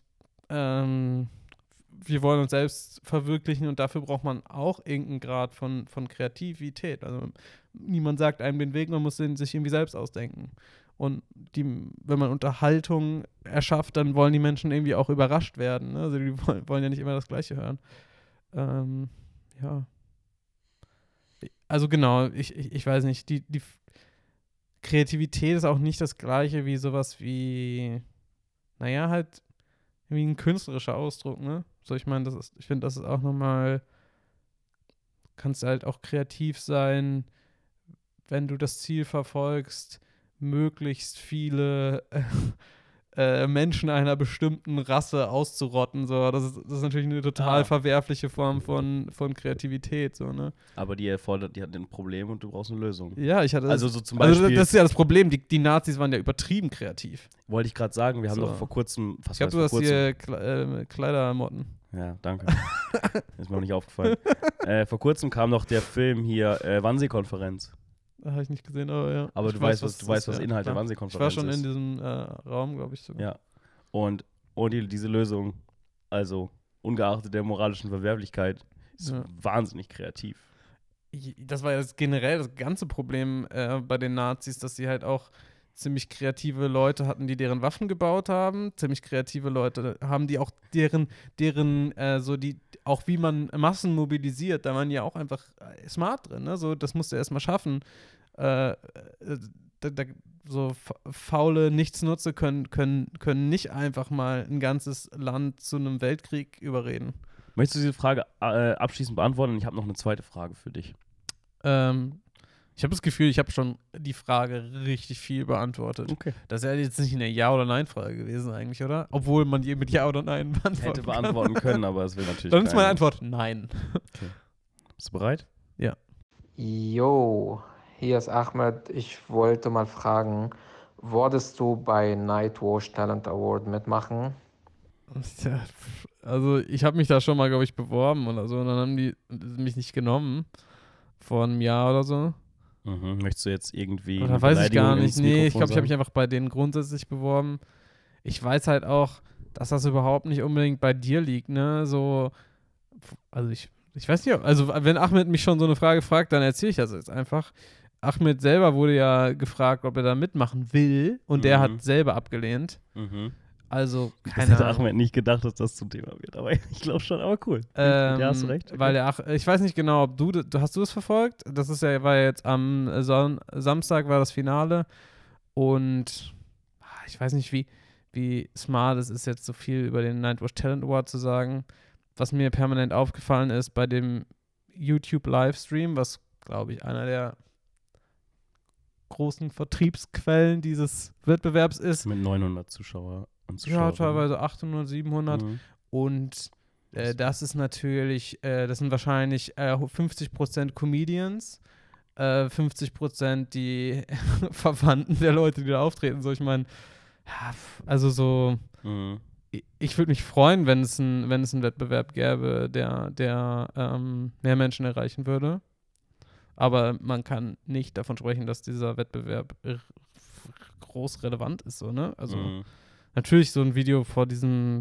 [SPEAKER 1] wir wollen uns selbst verwirklichen und dafür braucht man auch irgendeinen Grad von Kreativität. Also niemand sagt einem den Weg, man muss den sich irgendwie selbst ausdenken. Und wenn man Unterhaltung erschafft, dann wollen die Menschen irgendwie auch überrascht werden. Ne? Also die wollen ja nicht immer das Gleiche hören. Ja. Also genau, ich weiß nicht, die Kreativität ist auch nicht das Gleiche wie sowas wie, naja, halt wie ein künstlerischer Ausdruck, ne? So, ich meine, ich finde, das ist auch nochmal, kannst halt auch kreativ sein, wenn du das Ziel verfolgst, möglichst viele Menschen einer bestimmten Rasse auszurotten. So. Das ist natürlich eine total verwerfliche Form von Kreativität. So, ne?
[SPEAKER 3] Aber die hat ein Problem und du brauchst eine Lösung.
[SPEAKER 1] Ja, ich hatte
[SPEAKER 3] also so zum Beispiel.
[SPEAKER 1] Also das ist ja das Problem. Die Nazis waren ja übertrieben kreativ.
[SPEAKER 3] Wollte ich gerade sagen, wir haben doch vor kurzem.
[SPEAKER 1] Ich glaube, du hast hier Kleidermotten.
[SPEAKER 3] Ja, danke. Ist mir noch nicht aufgefallen. Vor kurzem kam noch der Film hier, Wannsee-Konferenz.
[SPEAKER 1] Habe ich nicht gesehen, aber ja.
[SPEAKER 3] Aber du weißt, was Inhalt der Wannsee-Konferenz ist.
[SPEAKER 1] Ich war schon in diesem Raum, glaube ich sogar.
[SPEAKER 3] Ja. Und diese Lösung, also ungeachtet der moralischen Verwerflichkeit, ist wahnsinnig kreativ.
[SPEAKER 1] Das war ja generell das ganze Problem bei den Nazis, dass sie halt auch ziemlich kreative Leute hatten, die deren Waffen gebaut haben. Ziemlich kreative Leute haben, die auch deren auch wie man Massen mobilisiert, da waren ja auch einfach smart drin, ne? So, das musst du erstmal schaffen. So faule Nichtsnutze können nicht einfach mal ein ganzes Land zu einem Weltkrieg überreden.
[SPEAKER 3] Möchtest du diese Frage abschließend beantworten? Ich habe noch eine zweite Frage für dich.
[SPEAKER 1] Ich habe das Gefühl, ich habe schon die Frage richtig viel beantwortet.
[SPEAKER 3] Okay. Das
[SPEAKER 1] ist ja jetzt nicht eine Ja- oder Nein-Frage gewesen eigentlich, oder? Obwohl man je mit Ja oder Nein
[SPEAKER 3] hätte beantworten können, aber es will natürlich
[SPEAKER 1] Dann ist meine Antwort Nein.
[SPEAKER 3] Okay. Bist du bereit?
[SPEAKER 1] Ja.
[SPEAKER 5] Yo, hier ist Ahmed. Ich wollte mal fragen, wolltest du bei Nightwash Talent Award mitmachen?
[SPEAKER 1] Also ich habe mich da schon mal, glaube ich, beworben oder so und dann haben die mich nicht genommen. Vor einem Jahr oder so.
[SPEAKER 3] Möchtest du jetzt irgendwie
[SPEAKER 1] oder weiß ich gar nicht. Nee, ich glaube, ich habe mich einfach bei denen grundsätzlich beworben. Ich weiß halt auch, dass das überhaupt nicht unbedingt bei dir liegt, ne? So, also ich Ich weiß nicht, also wenn Ahmed mich schon so eine Frage fragt, dann erzähle ich das jetzt einfach. Ahmed selber wurde ja gefragt, ob er da mitmachen will und der hat selber abgelehnt. Also, keine
[SPEAKER 3] Das hätte
[SPEAKER 1] Ahnung.
[SPEAKER 3] Ahmed nicht gedacht, dass das zum Thema wird, aber ich glaube schon, aber cool. Ja, hast du recht. Okay.
[SPEAKER 1] Weil ich weiß nicht genau, ob hast du das verfolgt? Das ist ja, war jetzt am Samstag war das Finale und ich weiß nicht, wie smart es ist, jetzt so viel über den Nightwatch Talent Award zu sagen. Was mir permanent aufgefallen ist bei dem YouTube-Livestream, was, glaube ich, einer der großen Vertriebsquellen dieses Wettbewerbs ist.
[SPEAKER 3] Mit 900 Zuschauer und
[SPEAKER 1] Ja,
[SPEAKER 3] Zuschauerinnen.
[SPEAKER 1] teilweise 800, 700. Und das ist natürlich, das sind wahrscheinlich 50% Comedians, 50% die Verwandten der Leute, die da auftreten. So, ich meine, ja, also so, ich würde mich freuen, wenn es einen Wettbewerb gäbe, der mehr Menschen erreichen würde. Aber man kann nicht davon sprechen, dass dieser Wettbewerb groß relevant ist, so, ne? Also natürlich so ein Video vor dieser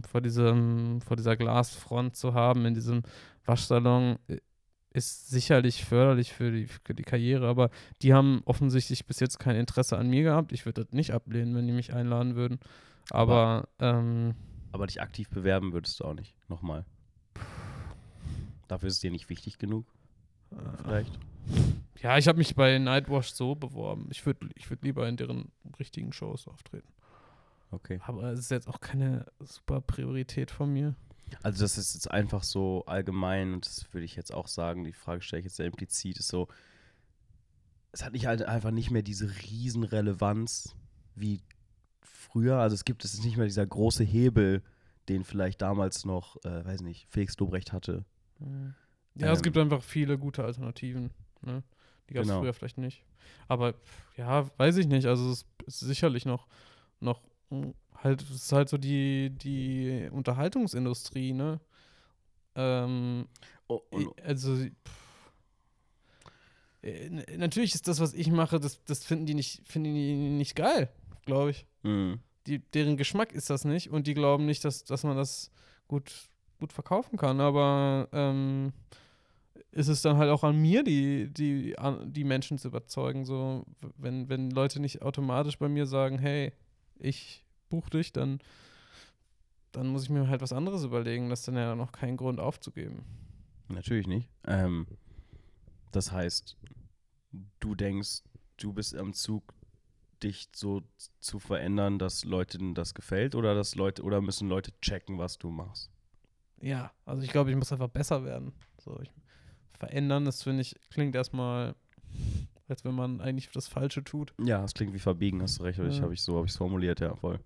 [SPEAKER 1] Glasfront zu haben in diesem Waschsalon ist sicherlich förderlich für die Karriere, aber die haben offensichtlich bis jetzt kein Interesse an mir gehabt. Ich würde das nicht ablehnen, wenn die mich einladen würden. Aber
[SPEAKER 3] dich aktiv bewerben würdest du auch nicht, nochmal. Dafür ist es dir nicht wichtig genug, vielleicht?
[SPEAKER 1] Ja, ich habe mich bei Nightwatch so beworben. Ich würd lieber in deren richtigen Shows auftreten.
[SPEAKER 3] Okay.
[SPEAKER 1] Aber es ist jetzt auch keine super Priorität von mir.
[SPEAKER 3] Also das ist jetzt einfach so allgemein und das würde ich jetzt auch sagen, die Frage stelle ich jetzt sehr implizit, ist so, es hat nicht halt einfach nicht mehr diese Riesenrelevanz wie früher. Also es ist nicht mehr dieser große Hebel, den vielleicht damals noch, weiß nicht, Felix Lobrecht hatte.
[SPEAKER 1] Ja, es gibt einfach viele gute Alternativen. Ne? Die gab es früher vielleicht nicht. Aber ja, weiß ich nicht. Also es ist sicherlich noch halt, es ist halt so die Unterhaltungsindustrie, ne? Natürlich ist das, was ich mache, das finden die nicht geil, glaube ich. Deren Geschmack ist das nicht und die glauben nicht, dass man das gut verkaufen kann, aber ist es dann halt auch an mir, die Menschen zu überzeugen, so, wenn Leute nicht automatisch bei mir sagen, hey, ich buch dich, dann muss ich mir halt was anderes überlegen. Das ist dann ja noch kein Grund aufzugeben.
[SPEAKER 3] Natürlich nicht. Das heißt, du denkst, du bist am Zug, dich so zu verändern, dass Leuten das gefällt oder müssen Leute checken, was du machst?
[SPEAKER 1] Ja, also ich glaube, ich muss einfach besser werden. So, verändern, das finde ich, klingt erstmal, als wenn man eigentlich das Falsche tut.
[SPEAKER 3] Ja, das klingt wie verbiegen, hast du recht. Ja. Habe ich es formuliert, ja, voll.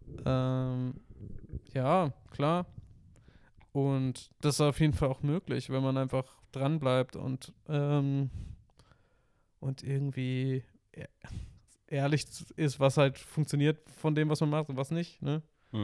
[SPEAKER 1] Ja, klar. Und das ist auf jeden Fall auch möglich, wenn man einfach dran bleibt und irgendwie ehrlich ist, was halt funktioniert von dem, was man macht und was nicht, ne?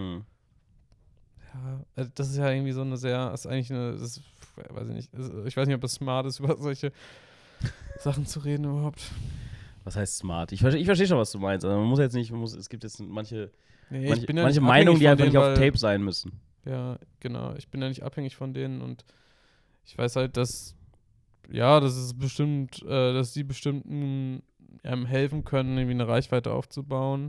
[SPEAKER 1] Ja, also das ist ja irgendwie so eine weiß ich nicht, ich weiß nicht, ob es smart ist, über solche Sachen zu reden überhaupt.
[SPEAKER 3] Was heißt smart? Ich verstehe schon, was du meinst. Also man muss jetzt nicht, es gibt jetzt manche Meinungen, die einfach nicht auf Tape sein müssen.
[SPEAKER 1] Ja, genau. Ich bin ja nicht abhängig von denen und ich weiß halt, dass die bestimmt einem helfen können, irgendwie eine Reichweite aufzubauen.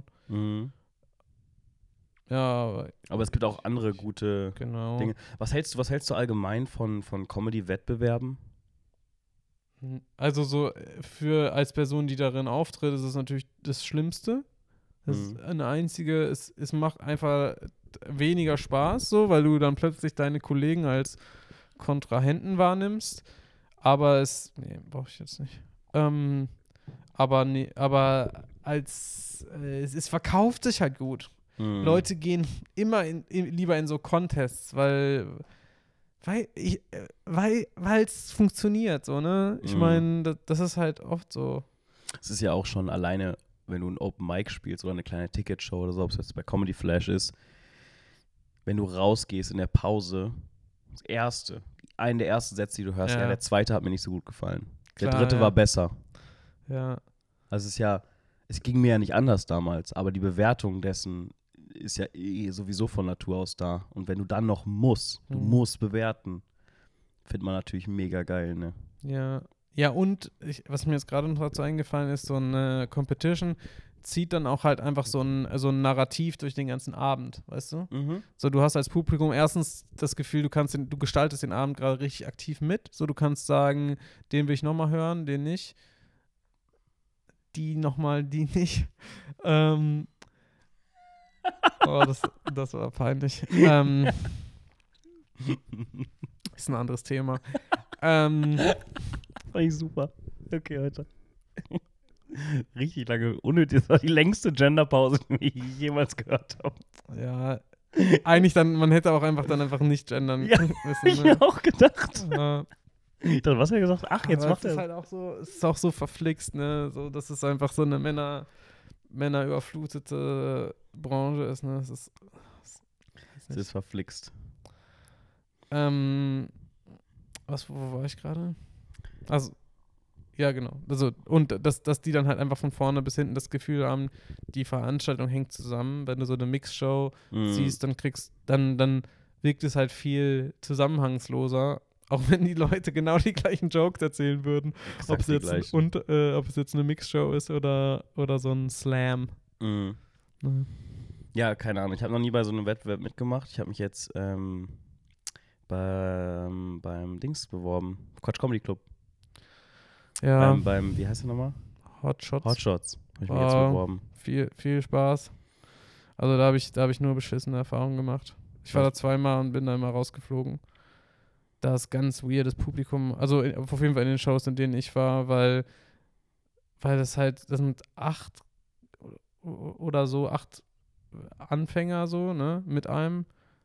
[SPEAKER 1] Ja,
[SPEAKER 3] aber es gibt auch andere gute Dinge. Was hältst du allgemein von Comedy-Wettbewerben?
[SPEAKER 1] Also so als Person, die darin auftritt, ist es natürlich das Schlimmste. Das ist eine einzige, es macht einfach weniger Spaß, so, weil du dann plötzlich deine Kollegen als Kontrahenten wahrnimmst. Aber brauche ich jetzt nicht. Aber es verkauft sich halt gut. Leute gehen immer lieber in so Contests, weil es funktioniert, so, ne? Ich meine, das ist halt oft so.
[SPEAKER 3] Es ist ja auch schon alleine, wenn du ein Open Mic spielst oder eine kleine Ticketshow oder so, ob es jetzt bei Comedy Flash ist, wenn du rausgehst in der Pause, einen der ersten Sätze, die du hörst, der zweite hat mir nicht so gut gefallen. Klar, der dritte war besser.
[SPEAKER 1] Ja.
[SPEAKER 3] Also es ging mir ja nicht anders damals, aber die Bewertung dessen ist ja sowieso von Natur aus da. Und wenn du dann noch du musst bewerten, findet man natürlich mega geil, ne?
[SPEAKER 1] Ja. Ja, und was mir jetzt gerade noch dazu eingefallen ist, so eine Competition zieht dann auch halt einfach so ein Narrativ durch den ganzen Abend, weißt du? So, du hast als Publikum erstens das Gefühl, du gestaltest den Abend gerade richtig aktiv mit. So, du kannst sagen, den will ich nochmal hören, den nicht. Die nochmal, die nicht. Das war peinlich. Ist ein anderes Thema.
[SPEAKER 3] Fand ich super. Okay, Alter. Richtig lange, unnötig. Das war die längste Genderpause, die ich jemals gehört habe.
[SPEAKER 1] Ja, eigentlich man hätte auch einfach nicht gendern
[SPEAKER 3] müssen.
[SPEAKER 1] Ne?
[SPEAKER 3] Ich mir auch gedacht. Ich dachte, was hat er gesagt? Ach, jetzt macht er.
[SPEAKER 1] Halt es ist auch so verflixt, ne? So, dass es einfach so eine männerüberflutete Branche ist, ne? Es
[SPEAKER 3] ist verflixt.
[SPEAKER 1] Wo war ich gerade? Also, ja, genau. Also, und dass die dann halt einfach von vorne bis hinten das Gefühl haben, die Veranstaltung hängt zusammen. Wenn du so eine Mixshow siehst, dann wirkt es halt viel zusammenhangsloser, auch wenn die Leute genau die gleichen Jokes erzählen würden. Ob es jetzt eine Mixshow ist oder so ein Slam.
[SPEAKER 3] Ja, keine Ahnung. Ich habe noch nie bei so einem Wettbewerb mitgemacht. Ich habe mich jetzt beim Dings beworben. Quatsch Comedy Club.
[SPEAKER 1] Ja.
[SPEAKER 3] Beim, wie heißt der nochmal?
[SPEAKER 1] Hotshots.
[SPEAKER 3] Habe ich mich jetzt beworben.
[SPEAKER 1] Viel Spaß. Also da hab ich nur beschissene Erfahrungen gemacht. Ich war da zweimal und bin da immer rausgeflogen. Da ist ganz weirdes Publikum. Also auf jeden Fall in den Shows, in denen ich war, weil das sind 8 oder so, 8 Anfänger so, ne, mit einem.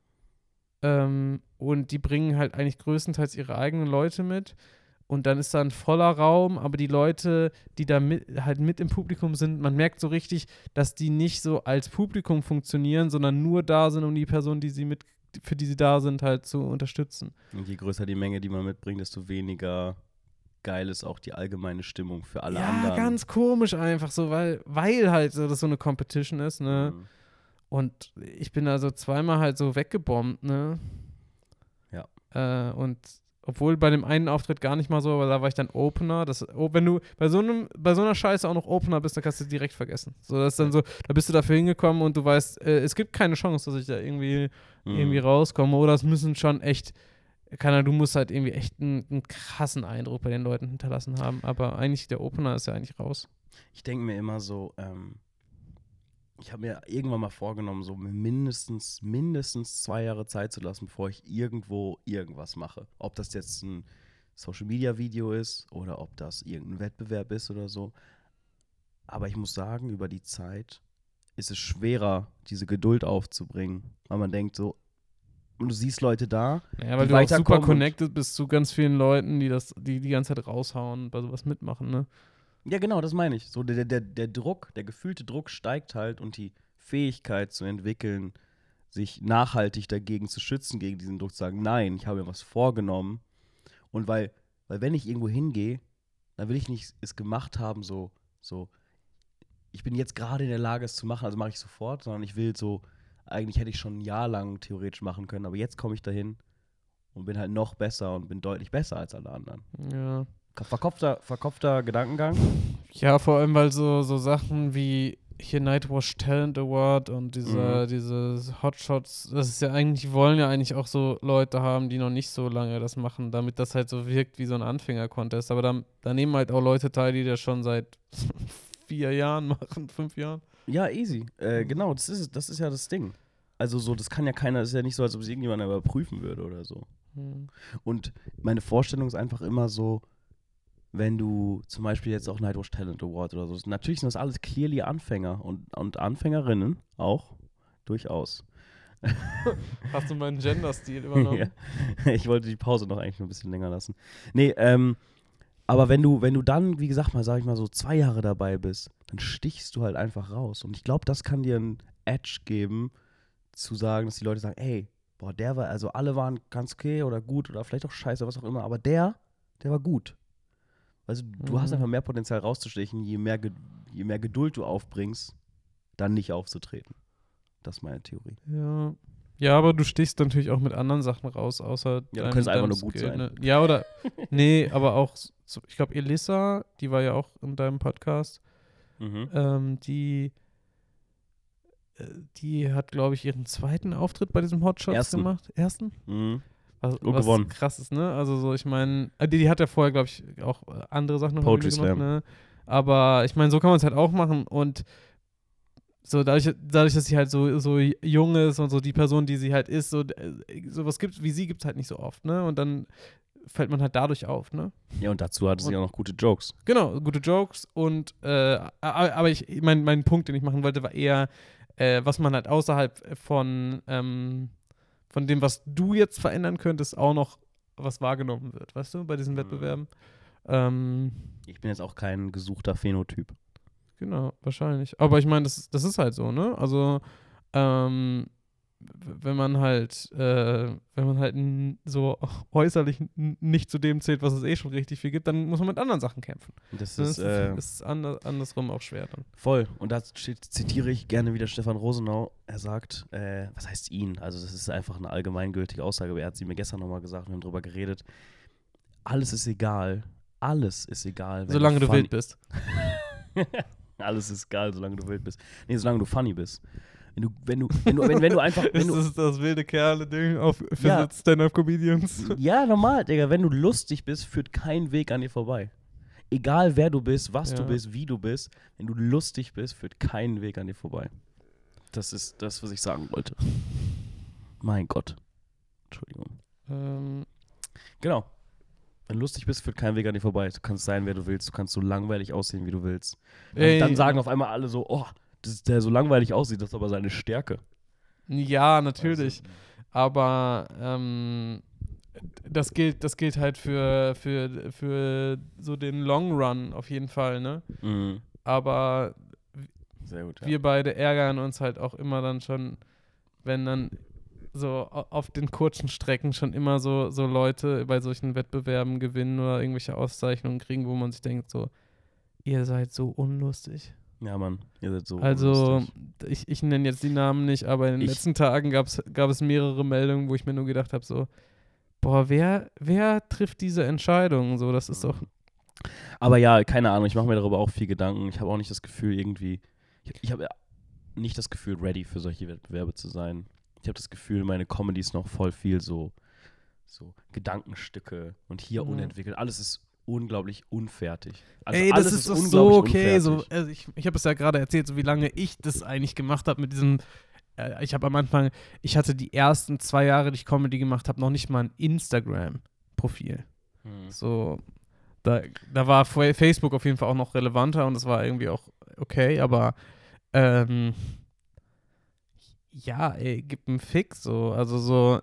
[SPEAKER 1] Und die bringen halt eigentlich größtenteils ihre eigenen Leute mit. Und dann ist da ein voller Raum, aber die Leute, die da mit im Publikum sind, man merkt so richtig, dass die nicht so als Publikum funktionieren, sondern nur da sind, um die Person, für die sie da sind, halt zu unterstützen.
[SPEAKER 3] Und je größer die Menge, die man mitbringt, desto weniger geil ist auch die allgemeine Stimmung für alle anderen.
[SPEAKER 1] Ja, ganz komisch einfach so, weil halt so das so eine Competition ist, ne? Und ich bin da so zweimal halt so weggebombt, ne?
[SPEAKER 3] Ja.
[SPEAKER 1] Und obwohl bei dem einen Auftritt gar nicht mal so, aber da war ich dann Opener. Wenn du bei so einer Scheiße auch noch Opener bist, dann kannst du es direkt vergessen. So, das ist dann so, da bist du dafür hingekommen und du weißt, es gibt keine Chance, dass ich da irgendwie rauskomme. Oder es müssen schon echt, du musst halt irgendwie echt einen krassen Eindruck bei den Leuten hinterlassen haben. Aber eigentlich, der Opener ist ja eigentlich raus.
[SPEAKER 3] Ich denke mir immer so, ich habe mir irgendwann mal vorgenommen, so mindestens 2 Jahre Zeit zu lassen, bevor ich irgendwo irgendwas mache. Ob das jetzt ein Social-Media-Video ist oder ob das irgendein Wettbewerb ist oder so. Aber ich muss sagen, über die Zeit ist es schwerer, diese Geduld aufzubringen. Weil man denkt so, und du siehst Leute da,
[SPEAKER 1] ja, weil du auch super connected bist zu ganz vielen Leuten, die ganze Zeit raushauen und bei sowas mitmachen, ne?
[SPEAKER 3] Ja, genau, das meine ich. So der Druck, der gefühlte Druck steigt halt und die Fähigkeit zu entwickeln, sich nachhaltig dagegen zu schützen, gegen diesen Druck zu sagen, nein, ich habe mir was vorgenommen. Und weil wenn ich irgendwo hingehe, dann will ich nicht es gemacht haben, so, ich bin jetzt gerade in der Lage, es zu machen, also mache ich sofort, sondern ich will so, eigentlich hätte ich schon ein Jahr lang theoretisch machen können, aber jetzt komme ich dahin und bin halt noch besser und bin deutlich besser als alle anderen.
[SPEAKER 1] Ja.
[SPEAKER 3] Verkopfter Gedankengang?
[SPEAKER 1] Ja, vor allem, weil so Sachen wie hier Nightwash Talent Award und diese Hotshots, das ist ja eigentlich, wollen ja eigentlich auch so Leute haben, die noch nicht so lange das machen, damit das halt so wirkt wie so ein Anfänger-Contest. Aber da nehmen halt auch Leute teil, die das schon seit 4 Jahren machen, 5 Jahren.
[SPEAKER 3] Ja, easy. Genau, das ist ja das Ding. Also so, das kann ja keiner, das ist ja nicht so, als ob es irgendjemand überprüfen würde oder so. Und meine Vorstellung ist einfach immer so, wenn du zum Beispiel jetzt auch Nightwash Talent Award oder so, natürlich sind das alles clearly Anfänger und Anfängerinnen auch, durchaus.
[SPEAKER 1] Hast du meinen Gender-Stil übernommen?
[SPEAKER 3] Ja. Ich wollte die Pause noch eigentlich noch ein bisschen länger lassen. Nee, aber wenn du dann, wie gesagt, sag ich mal so 2 Jahre dabei bist, dann stichst du halt einfach raus. Und ich glaube, das kann dir einen Edge geben, zu sagen, dass die Leute sagen, ey, boah, der war, also alle waren ganz okay oder gut oder vielleicht auch scheiße, was auch immer, aber der war gut. Also du hast einfach mehr Potenzial rauszustechen, je mehr Geduld du aufbringst, dann nicht aufzutreten. Das ist meine Theorie.
[SPEAKER 1] Ja, aber du stichst natürlich auch mit anderen Sachen raus, außer
[SPEAKER 3] Ja, du könntest einfach nur gut sein.
[SPEAKER 1] Ne? Ja, oder, nee, aber auch, so, ich glaube, Elissa, die war ja auch in deinem Podcast, die hat, glaube ich, ihren zweiten Auftritt bei diesem Hotshots gemacht. Ersten? Was
[SPEAKER 3] gewonnen.
[SPEAKER 1] Krass ist, ne? Also so, ich meine, die hat ja vorher, glaube ich, auch andere Sachen noch
[SPEAKER 3] Poetry
[SPEAKER 1] gemacht,
[SPEAKER 3] Slam.
[SPEAKER 1] ne? Aber ich meine, so kann man es halt auch machen und so dadurch, dass sie halt so jung ist und so die Person, die sie halt ist, sowas gibt, wie sie gibt es halt nicht so oft, ne? Und dann fällt man halt dadurch auf, ne?
[SPEAKER 3] Ja, und dazu hatte sie auch noch gute Jokes.
[SPEAKER 1] Genau, gute Jokes und aber mein Punkt, den ich machen wollte, war eher, was man halt außerhalb von dem, was du jetzt verändern könntest, auch noch was wahrgenommen wird, weißt du, bei diesen Wettbewerben.
[SPEAKER 3] Ich bin jetzt auch kein gesuchter Phänotyp.
[SPEAKER 1] Genau, wahrscheinlich. Aber ich meine, das ist halt so, ne? Also, wenn man halt so äußerlich nicht zu dem zählt, was es eh schon richtig viel gibt, dann muss man mit anderen Sachen kämpfen.
[SPEAKER 3] Das
[SPEAKER 1] ist andersrum auch schwer dann.
[SPEAKER 3] Voll. Und da zitiere ich gerne wieder Stefan Rosenau. Er sagt, was heißt ihn? Also das ist einfach eine allgemeingültige Aussage, aber er hat sie mir gestern nochmal gesagt, wir haben drüber geredet. Alles ist egal. Alles ist egal.
[SPEAKER 1] Solange du wild bist.
[SPEAKER 3] Alles ist geil, solange du wild bist. Nee, solange du funny bist. Wenn du einfach.
[SPEAKER 1] Das ist das wilde Kerle-Ding für Stand-Up-Comedians.
[SPEAKER 3] Ja, normal, Digga. Wenn du lustig bist, führt kein Weg an dir vorbei. Egal wer du bist, was du bist, wie du bist, wenn du lustig bist, führt kein Weg an dir vorbei. Das ist das, was ich sagen wollte. Mein Gott. Entschuldigung. Genau. Wenn du lustig bist, führt kein Weg an dir vorbei. Du kannst sein, wer du willst. Du kannst so langweilig aussehen, wie du willst. Dann sagen auf einmal alle so, oh, der so langweilig aussieht, das ist aber seine Stärke.
[SPEAKER 1] Ja, natürlich. Also, aber das gilt halt für so den Long Run auf jeden Fall, ne?
[SPEAKER 3] Mhm.
[SPEAKER 1] Aber
[SPEAKER 3] sehr gut,
[SPEAKER 1] wir beide ärgern uns halt auch immer dann schon, wenn dann so auf den kurzen Strecken schon immer so Leute bei solchen Wettbewerben gewinnen oder irgendwelche Auszeichnungen kriegen, wo man sich denkt so, ihr seid so unlustig.
[SPEAKER 3] Ja, Mann, ihr seid so
[SPEAKER 1] unlustig. Ich nenne jetzt die Namen nicht, aber in den letzten Tagen gab es mehrere Meldungen, wo ich mir nur gedacht habe so, boah, wer trifft diese Entscheidung? So, das ist doch...
[SPEAKER 3] Aber ja, keine Ahnung, ich mache mir darüber auch viel Gedanken. Ich habe auch nicht das Gefühl irgendwie, ich habe nicht das Gefühl, ready für solche Wettbewerbe zu sein. Ich habe das Gefühl, meine Comedy ist noch voll viel so Gedankenstücke und hier unentwickelt. Alles ist unglaublich unfertig. Also
[SPEAKER 1] ey, das ist doch so okay. So, also ich habe es ja gerade erzählt, so wie lange ich das eigentlich gemacht habe mit diesem. Ich habe am Anfang, ich hatte die ersten 2 Jahre, die ich Comedy gemacht habe, noch nicht mal ein Instagram-Profil. So, da war Facebook auf jeden Fall auch noch relevanter und das war irgendwie auch okay, aber ja, ey, gib einen Fix, so, also so,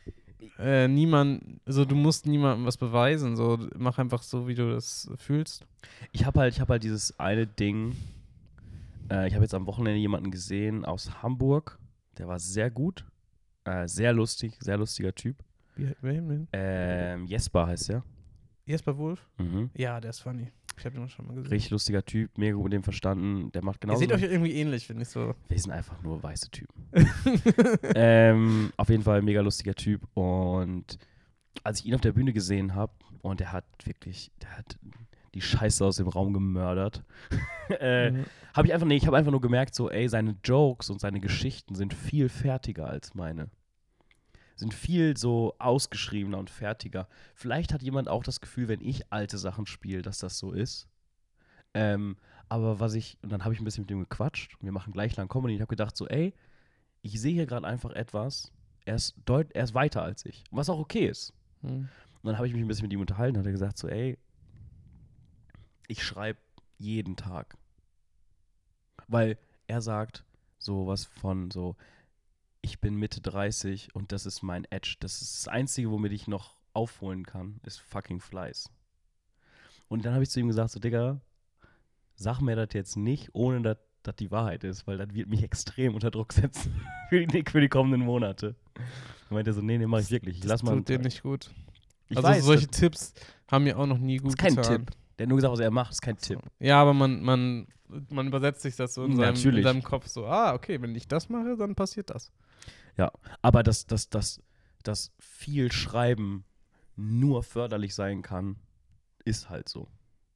[SPEAKER 1] du musst niemandem was beweisen, so, mach einfach so, wie du das fühlst.
[SPEAKER 3] Ich hab halt dieses eine Ding, ich habe jetzt am Wochenende jemanden gesehen aus Hamburg, der war sehr gut, sehr lustig, sehr lustiger Typ.
[SPEAKER 1] Wen?
[SPEAKER 3] Jesper heißt der.
[SPEAKER 1] Jesper Wulff?
[SPEAKER 3] Mhm.
[SPEAKER 1] Ja, der ist funny. Ich habe den schon mal gesehen.
[SPEAKER 3] Richtig lustiger Typ, mega gut mit dem verstanden. Der macht genauso.
[SPEAKER 1] Ihr seht euch irgendwie ähnlich, finde ich so.
[SPEAKER 3] Wir sind einfach nur weiße Typen. Auf jeden Fall ein mega lustiger Typ. Und als ich ihn auf der Bühne gesehen habe, und der hat die Scheiße aus dem Raum gemördert, habe ich einfach nur gemerkt, so, ey, seine Jokes und seine Geschichten sind viel fertiger als meine. Sind viel so ausgeschriebener und fertiger. Vielleicht hat jemand auch das Gefühl, wenn ich alte Sachen spiele, dass das so ist. Aber und dann habe ich ein bisschen mit dem gequatscht und wir machen gleich lang Comedy. Ich habe gedacht so, ey, ich sehe hier gerade einfach etwas, er ist weiter als ich. Was auch okay ist. Und dann habe ich mich ein bisschen mit ihm unterhalten und hat er gesagt so, ey, ich schreibe jeden Tag. Weil er sagt sowas von so, ich bin Mitte 30 und das ist mein Edge. Das ist das Einzige, womit ich noch aufholen kann, ist fucking Fleiß. Und dann habe ich zu ihm gesagt, so, Digga, sag mir das jetzt nicht, ohne dass das die Wahrheit ist, weil das wird mich extrem unter Druck setzen für die kommenden Monate. Und meinte er so, nee, mach ich wirklich.
[SPEAKER 1] Das tut dir nicht gut.
[SPEAKER 3] Ich
[SPEAKER 1] also
[SPEAKER 3] weiß,
[SPEAKER 1] solche Tipps haben mir auch noch nie gut getan.
[SPEAKER 3] Das ist kein Tipp. Der hat nur gesagt, was er macht, ist kein Tipp.
[SPEAKER 1] Ja, aber man übersetzt sich das so in seinem Kopf so, okay, wenn ich das mache, dann passiert das.
[SPEAKER 3] Ja, aber dass viel Schreiben nur förderlich sein kann, ist halt so.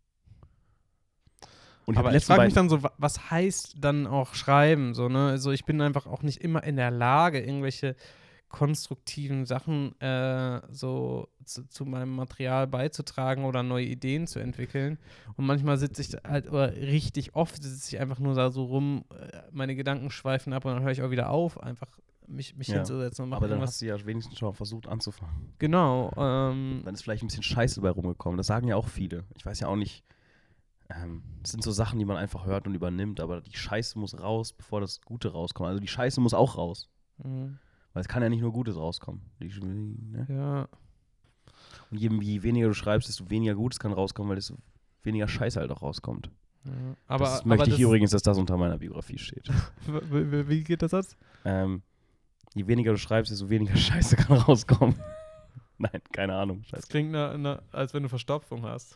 [SPEAKER 3] Und
[SPEAKER 1] Aber ich frage mich dann so, was heißt dann auch schreiben? So, ne? Also ich bin einfach auch nicht immer in der Lage, irgendwelche konstruktiven Sachen so zu meinem Material beizutragen oder neue Ideen zu entwickeln. Und manchmal sitze ich halt, oder richtig oft sitze ich einfach nur da so rum, meine Gedanken schweifen ab und dann höre ich auch wieder auf, einfach mich hinzusetzen und machen.
[SPEAKER 3] Aber dann hast du ja wenigstens schon mal versucht anzufangen.
[SPEAKER 1] Genau.
[SPEAKER 3] Dann ist vielleicht ein bisschen Scheiße bei rumgekommen. Das sagen ja auch viele. Ich weiß ja auch nicht, das sind so Sachen, die man einfach hört und übernimmt, aber die Scheiße muss raus, bevor das Gute rauskommt. Also die Scheiße muss auch raus.
[SPEAKER 1] Mhm.
[SPEAKER 3] Weil es kann ja nicht nur Gutes rauskommen. Ne?
[SPEAKER 1] Ja.
[SPEAKER 3] Und je weniger du schreibst, desto weniger Gutes kann rauskommen, weil desto weniger Scheiße halt auch rauskommt.
[SPEAKER 1] Ja. Aber
[SPEAKER 3] das möchte ich übrigens, dass das unter meiner Biografie steht.
[SPEAKER 1] Wie geht das jetzt?
[SPEAKER 3] Je weniger du schreibst, desto weniger Scheiße kann rauskommen. Nein, keine Ahnung.
[SPEAKER 1] Das klingt, als wenn du Verstopfung hast.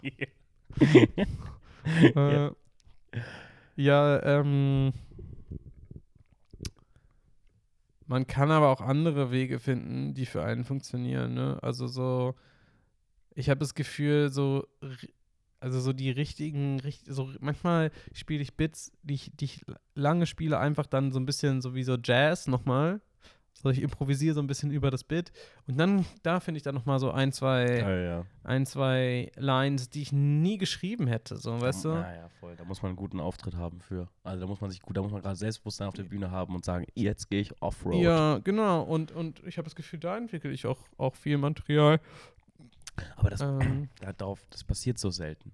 [SPEAKER 1] Man kann aber auch andere Wege finden, die für einen funktionieren, ne? Also so, ich habe das Gefühl, so die richtigen, so manchmal spiele ich Bits, die ich lange spiele, einfach dann so ein bisschen so wie so Jazz nochmal. So, ich improvisiere so ein bisschen über das Bit und dann, da finde ich dann nochmal so ein, zwei Lines, die ich nie geschrieben hätte, so, weißt du?
[SPEAKER 3] Ja, voll. Da muss man einen guten Auftritt haben für. Also da muss man gerade Selbstbewusstsein auf der Bühne haben und sagen, jetzt gehe ich Offroad.
[SPEAKER 1] Ja, genau. Und ich habe das Gefühl, da entwickle ich auch viel Material.
[SPEAKER 3] Aber das passiert so selten.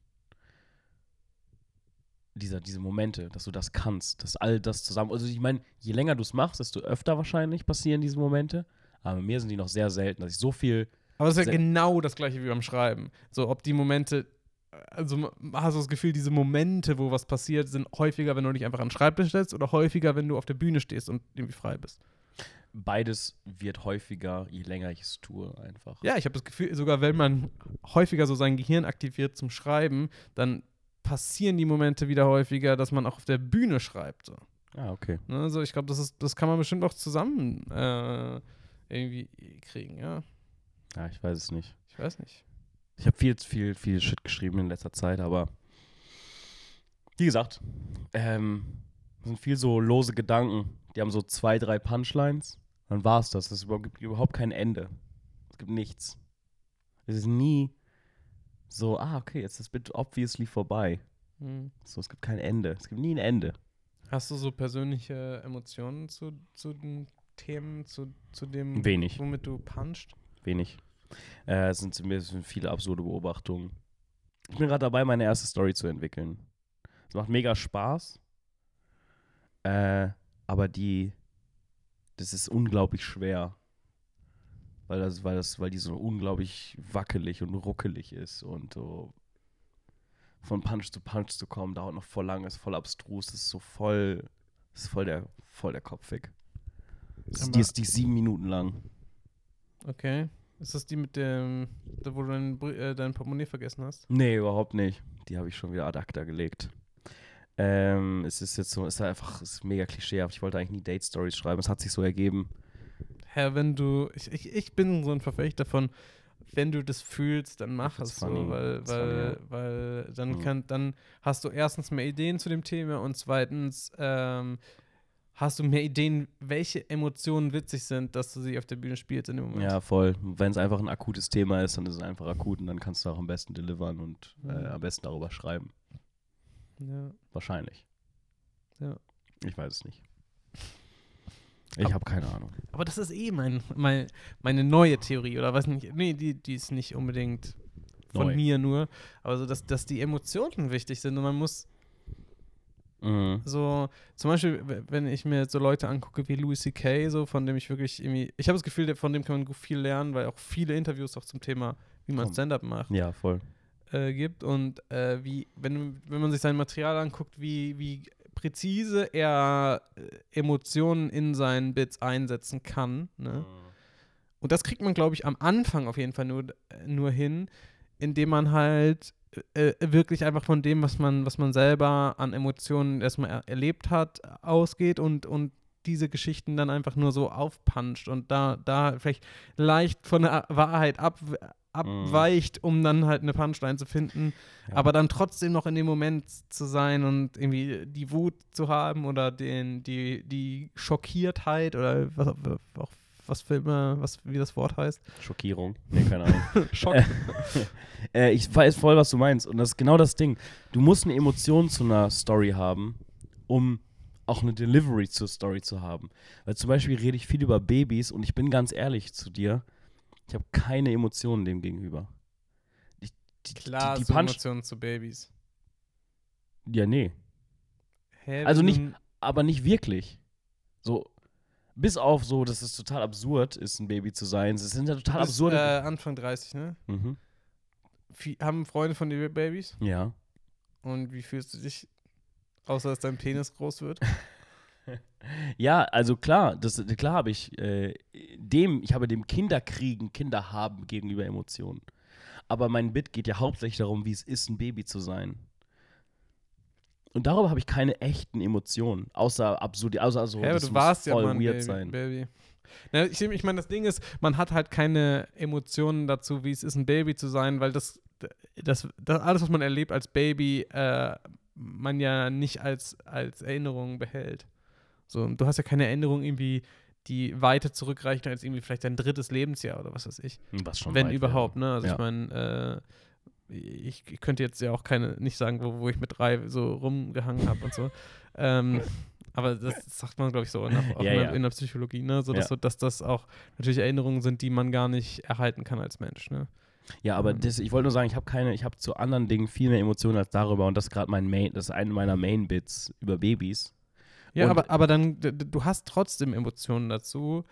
[SPEAKER 3] Diese Momente, dass du das kannst, dass all das zusammen, also ich meine, je länger du es machst, desto öfter wahrscheinlich passieren diese Momente, aber bei mir sind die noch sehr selten, dass ich so viel...
[SPEAKER 1] Aber es ist ja genau das Gleiche wie beim Schreiben. So, ob die Momente, also hast du das Gefühl, diese Momente, wo was passiert, sind häufiger, wenn du dich einfach an den Schreibtisch setzt oder häufiger, wenn du auf der Bühne stehst und irgendwie frei bist?
[SPEAKER 3] Beides wird häufiger, je länger ich es tue, einfach.
[SPEAKER 1] Ja, ich habe das Gefühl, sogar wenn man häufiger so sein Gehirn aktiviert zum Schreiben, dann passieren die Momente wieder häufiger, dass man auch auf der Bühne schreibt. So.
[SPEAKER 3] Ah, okay.
[SPEAKER 1] Also ich glaube, das kann man bestimmt auch zusammen irgendwie kriegen, ja.
[SPEAKER 3] Ja, ich weiß es nicht.
[SPEAKER 1] Ich weiß nicht.
[SPEAKER 3] Ich habe viel Shit geschrieben in letzter Zeit, aber wie gesagt, das sind viel so lose Gedanken. Die haben so 2, 3 Punchlines, dann war es das. Es gibt überhaupt kein Ende. Es gibt nichts. Es ist nie so, okay, jetzt ist das Bit obviously vorbei. So, es gibt kein Ende. Es gibt nie ein Ende.
[SPEAKER 1] Hast du so persönliche Emotionen zu den Themen, zu dem,
[SPEAKER 3] Wenig.
[SPEAKER 1] Womit du punchst?
[SPEAKER 3] Wenig. Es sind viele absurde Beobachtungen. Ich bin gerade dabei, meine erste Story zu entwickeln. Es macht mega Spaß. Aber das ist unglaublich schwer. Weil die so unglaublich wackelig und ruckelig ist und so von Punch zu Punch zu kommen, dauert noch voll lang, ist voll abstrus, ist so voll der Kopf weg. Die ist 7 Minuten lang.
[SPEAKER 1] Okay. Ist das die mit dem, wo du dein Portemonnaie vergessen hast?
[SPEAKER 3] Nee, überhaupt nicht. Die habe ich schon wieder ad acta gelegt. Es ist jetzt so, es ist mega klischeehaft. Ich wollte eigentlich nie Date-Stories schreiben, es hat sich so ergeben.
[SPEAKER 1] Herr, wenn du, ich bin so ein Verfechter von, wenn du das fühlst, dann mach es so, weil dann hast du erstens mehr Ideen zu dem Thema und zweitens hast du mehr Ideen, welche Emotionen witzig sind, dass du sie auf der Bühne spielst in dem Moment.
[SPEAKER 3] Ja, voll. Wenn es einfach ein akutes Thema ist, dann ist es einfach akut und dann kannst du auch am besten delivern und am besten darüber schreiben.
[SPEAKER 1] Ja.
[SPEAKER 3] Wahrscheinlich.
[SPEAKER 1] Ja.
[SPEAKER 3] Ich weiß es nicht. Ich habe keine Ahnung.
[SPEAKER 1] Aber das ist meine neue Theorie, oder was nicht? Nee, die ist nicht unbedingt von mir nur. Aber so, dass die Emotionen wichtig sind und man muss so, zum Beispiel, wenn ich mir jetzt so Leute angucke wie Louis C.K., so, von dem ich wirklich irgendwie, ich habe das Gefühl, von dem kann man viel lernen, weil auch viele Interviews auch zum Thema, wie man Stand-Up macht,
[SPEAKER 3] ja, voll.
[SPEAKER 1] Gibt und wenn man sich sein Material anguckt, wie präzise er Emotionen in seinen Bits einsetzen kann, ne? Und das kriegt man, glaube ich, am Anfang auf jeden Fall nur hin, indem man halt wirklich einfach von dem, was man selber an Emotionen erstmal erlebt hat, ausgeht und diese Geschichten dann einfach nur so aufpuncht und da vielleicht leicht von der Wahrheit abweicht, um dann halt eine Punchline zu finden, aber dann trotzdem noch in dem Moment zu sein und irgendwie die Wut zu haben oder die Schockiertheit oder wie das Wort heißt.
[SPEAKER 3] Schockierung. Nee, keine Ahnung.
[SPEAKER 1] Schock.
[SPEAKER 3] Ich weiß voll, was du meinst. Und das ist genau das Ding. Du musst eine Emotion zu einer Story haben, um auch eine Delivery zur Story zu haben. Weil zum Beispiel rede ich viel über Babys und ich bin ganz ehrlich zu dir, ich habe keine Emotionen dem gegenüber.
[SPEAKER 1] Klar,
[SPEAKER 3] die
[SPEAKER 1] so Emotionen zu Babys.
[SPEAKER 3] Ja, nee.
[SPEAKER 1] Hä,
[SPEAKER 3] Also nicht, aber nicht wirklich. So, bis auf so, dass es total absurd ist, ein Baby zu sein. Es sind ja total absurde.
[SPEAKER 1] Anfang 30, ne?
[SPEAKER 3] Mhm.
[SPEAKER 1] Haben Freunde von dir Babys?
[SPEAKER 3] Ja.
[SPEAKER 1] Und wie fühlst du dich, außer dass dein Penis groß wird?
[SPEAKER 3] Ja, also klar habe ich ich habe dem Kinder haben gegenüber Emotionen. Aber mein Bit geht ja hauptsächlich darum, wie es ist, ein Baby zu sein. Und darüber habe ich keine echten Emotionen, außer absurd, außer so,
[SPEAKER 1] ja,
[SPEAKER 3] das
[SPEAKER 1] du
[SPEAKER 3] muss
[SPEAKER 1] warst
[SPEAKER 3] voll
[SPEAKER 1] ja mal ein
[SPEAKER 3] weird sein.
[SPEAKER 1] Baby. Na, ich meine, das Ding ist, man hat halt keine Emotionen dazu, wie es ist, ein Baby zu sein, weil das alles, was man erlebt als Baby, man ja nicht als Erinnerung behält. So, du hast ja keine Erinnerung irgendwie, die weiter zurückreichen als irgendwie vielleicht dein 3. Lebensjahr oder was weiß ich.
[SPEAKER 3] Was schon
[SPEAKER 1] Wenn
[SPEAKER 3] weit
[SPEAKER 1] überhaupt,
[SPEAKER 3] wäre.
[SPEAKER 1] ne? Also
[SPEAKER 3] Ja.
[SPEAKER 1] ich meine, ich könnte jetzt ja auch nicht sagen, wo ich mit 3 so rumgehangen habe und so. Aber das sagt man, glaube ich, so in der Psychologie, ne? So, dass das auch natürlich Erinnerungen sind, die man gar nicht erhalten kann als Mensch, ne?
[SPEAKER 3] Ja, aber ich wollte nur sagen, ich habe zu anderen Dingen viel mehr Emotionen als darüber und das ist gerade das ist eine meiner Main-Bits über Babys.
[SPEAKER 1] Ja,
[SPEAKER 3] Und
[SPEAKER 1] aber dann, du hast trotzdem Emotionen dazu,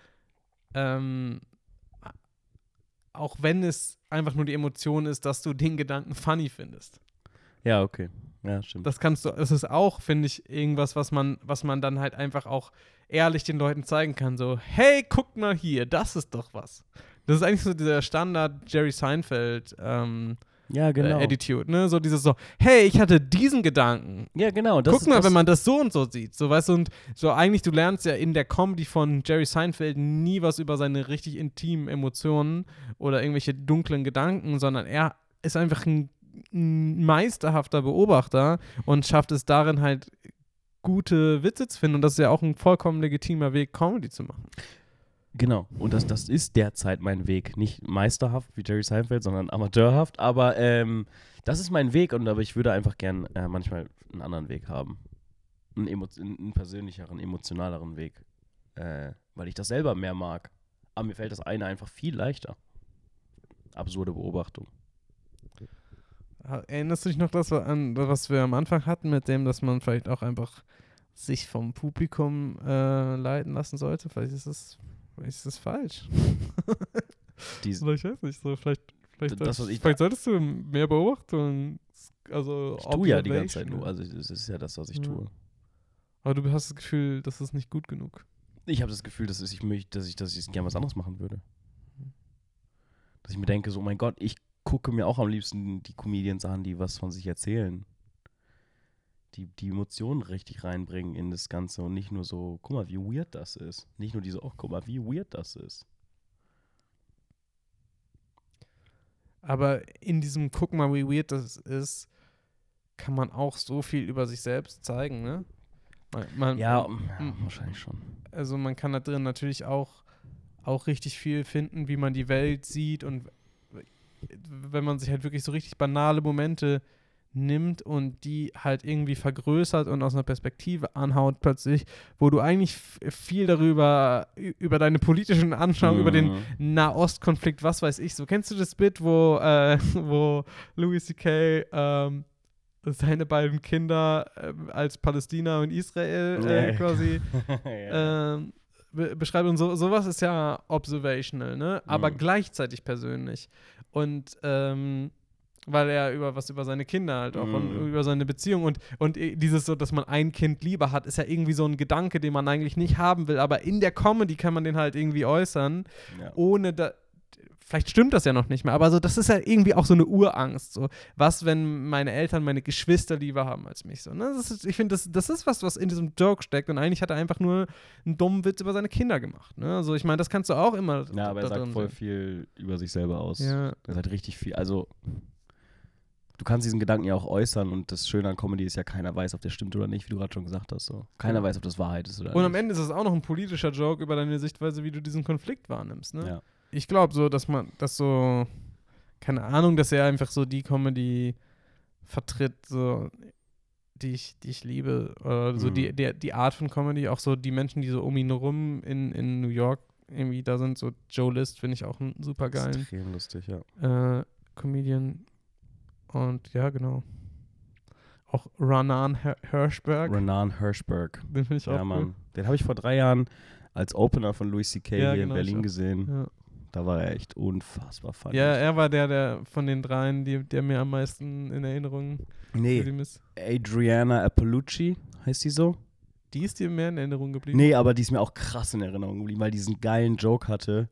[SPEAKER 1] auch wenn es einfach nur die Emotion ist, dass du den Gedanken funny findest.
[SPEAKER 3] Ja, okay. Ja, stimmt.
[SPEAKER 1] Das ist auch, finde ich, irgendwas, was man dann halt einfach auch ehrlich den Leuten zeigen kann. So, hey, guck mal hier, das ist doch was. Das ist eigentlich so dieser Standard Jerry Seinfeld
[SPEAKER 3] ja, genau.
[SPEAKER 1] Attitude, ne? So dieses so, hey, ich hatte diesen Gedanken.
[SPEAKER 3] Ja, genau.
[SPEAKER 1] Guck mal, wenn man das so und so sieht. So, weißt du, und so eigentlich, du lernst ja in der Comedy von Jerry Seinfeld nie was über seine richtig intimen Emotionen oder irgendwelche dunklen Gedanken, sondern er ist einfach ein meisterhafter Beobachter und schafft es darin halt, gute Witze zu finden. Und das ist ja auch ein vollkommen legitimer Weg, Comedy zu machen.
[SPEAKER 3] Genau, und das ist derzeit mein Weg. Nicht meisterhaft wie Jerry Seinfeld, sondern amateurhaft. Aber das ist mein Weg, aber ich würde einfach gern manchmal einen anderen Weg haben. Einen persönlicheren, emotionaleren Weg. Weil ich das selber mehr mag. Aber mir fällt das eine einfach viel leichter. Absurde Beobachtung.
[SPEAKER 1] Erinnerst du dich noch an was wir am Anfang hatten, mit dem, dass man vielleicht auch einfach sich vom Publikum leiten lassen sollte? Vielleicht ist das falsch. Oder ich weiß nicht, so vielleicht solltest du mehr beobachten. Also
[SPEAKER 3] ich tue ja die ganze Zeit nur, also das ist ja das, was ich tue.
[SPEAKER 1] Aber du hast das Gefühl, das ist nicht gut genug.
[SPEAKER 3] Ich habe das Gefühl, dass ich gerne was anderes machen würde. Dass ich mir denke, so, oh mein Gott, ich gucke mir auch am liebsten die Comedians an, die was von sich erzählen. Die Emotionen richtig reinbringen in das Ganze und nicht nur so, guck mal, wie weird das ist. Nicht nur diese, oh, guck mal, wie weird das ist.
[SPEAKER 1] Aber in diesem guck mal, wie weird das ist, kann man auch so viel über sich selbst zeigen, ne?
[SPEAKER 3] Wahrscheinlich schon.
[SPEAKER 1] Also man kann da drin natürlich auch richtig viel finden, wie man die Welt sieht und wenn man sich halt wirklich so richtig banale Momente nimmt und die halt irgendwie vergrößert und aus einer Perspektive anhaut plötzlich, wo du eigentlich viel darüber, über deine politischen Anschauungen, über den Nahostkonflikt, was weiß ich, so. Kennst du das Bit, wo Louis C.K. Seine beiden Kinder als Palästina und Israel quasi beschreibt und sowas ist ja observational, ne? Aber gleichzeitig persönlich. Und weil er über seine Kinder halt auch und über seine Beziehung und dieses so, dass man ein Kind lieber hat, ist ja irgendwie so ein Gedanke, den man eigentlich nicht haben will, aber in der Comedy kann man den halt irgendwie äußern, ohne vielleicht stimmt das ja noch nicht mehr, aber so, das ist ja irgendwie auch so eine Urangst. So, was, wenn meine Eltern meine Geschwister lieber haben als mich? So, ne? Ich finde, das ist was in diesem Joke steckt und eigentlich hat er einfach nur einen dummen Witz über seine Kinder gemacht. Ne? Also ich meine, das kannst du auch immer.
[SPEAKER 3] Ja, aber er sagt voll viel über sich selber aus.
[SPEAKER 1] Ja.
[SPEAKER 3] Er sagt richtig viel, also du kannst diesen Gedanken ja auch äußern und das Schöne an Comedy ist ja, keiner weiß, ob der stimmt oder nicht, wie du gerade schon gesagt hast. So. Keiner weiß, ob das Wahrheit ist oder nicht.
[SPEAKER 1] Und am Ende ist es auch noch ein politischer Joke über deine Sichtweise, wie du diesen Konflikt wahrnimmst. Ne?
[SPEAKER 3] Ja.
[SPEAKER 1] Ich glaube so, dass so, keine Ahnung, dass er einfach so die Comedy vertritt, so, die ich liebe. Oder so die Art von Comedy, auch so die Menschen, die so um ihn rum in New York irgendwie da sind. So Joe List finde ich auch einen super geilen
[SPEAKER 3] Extrem lustig, ja.
[SPEAKER 1] Comedian. Und ja, genau. Auch Renan Hirschberg.
[SPEAKER 3] Den
[SPEAKER 1] finde ich auch
[SPEAKER 3] ja, Mann. Den habe ich vor 3 Jahren als Opener von Louis C.K. hier in Berlin gesehen.
[SPEAKER 1] Ja.
[SPEAKER 3] Da war er echt unfassbar funny.
[SPEAKER 1] Ja, er war der von den dreien, der mir am meisten in Erinnerung geblieben ist.
[SPEAKER 3] Adriana Appalucci, heißt die so?
[SPEAKER 1] Die ist dir mehr in Erinnerung geblieben?
[SPEAKER 3] Nee, aber die ist mir auch krass in Erinnerung geblieben, weil die diesen geilen Joke hatte.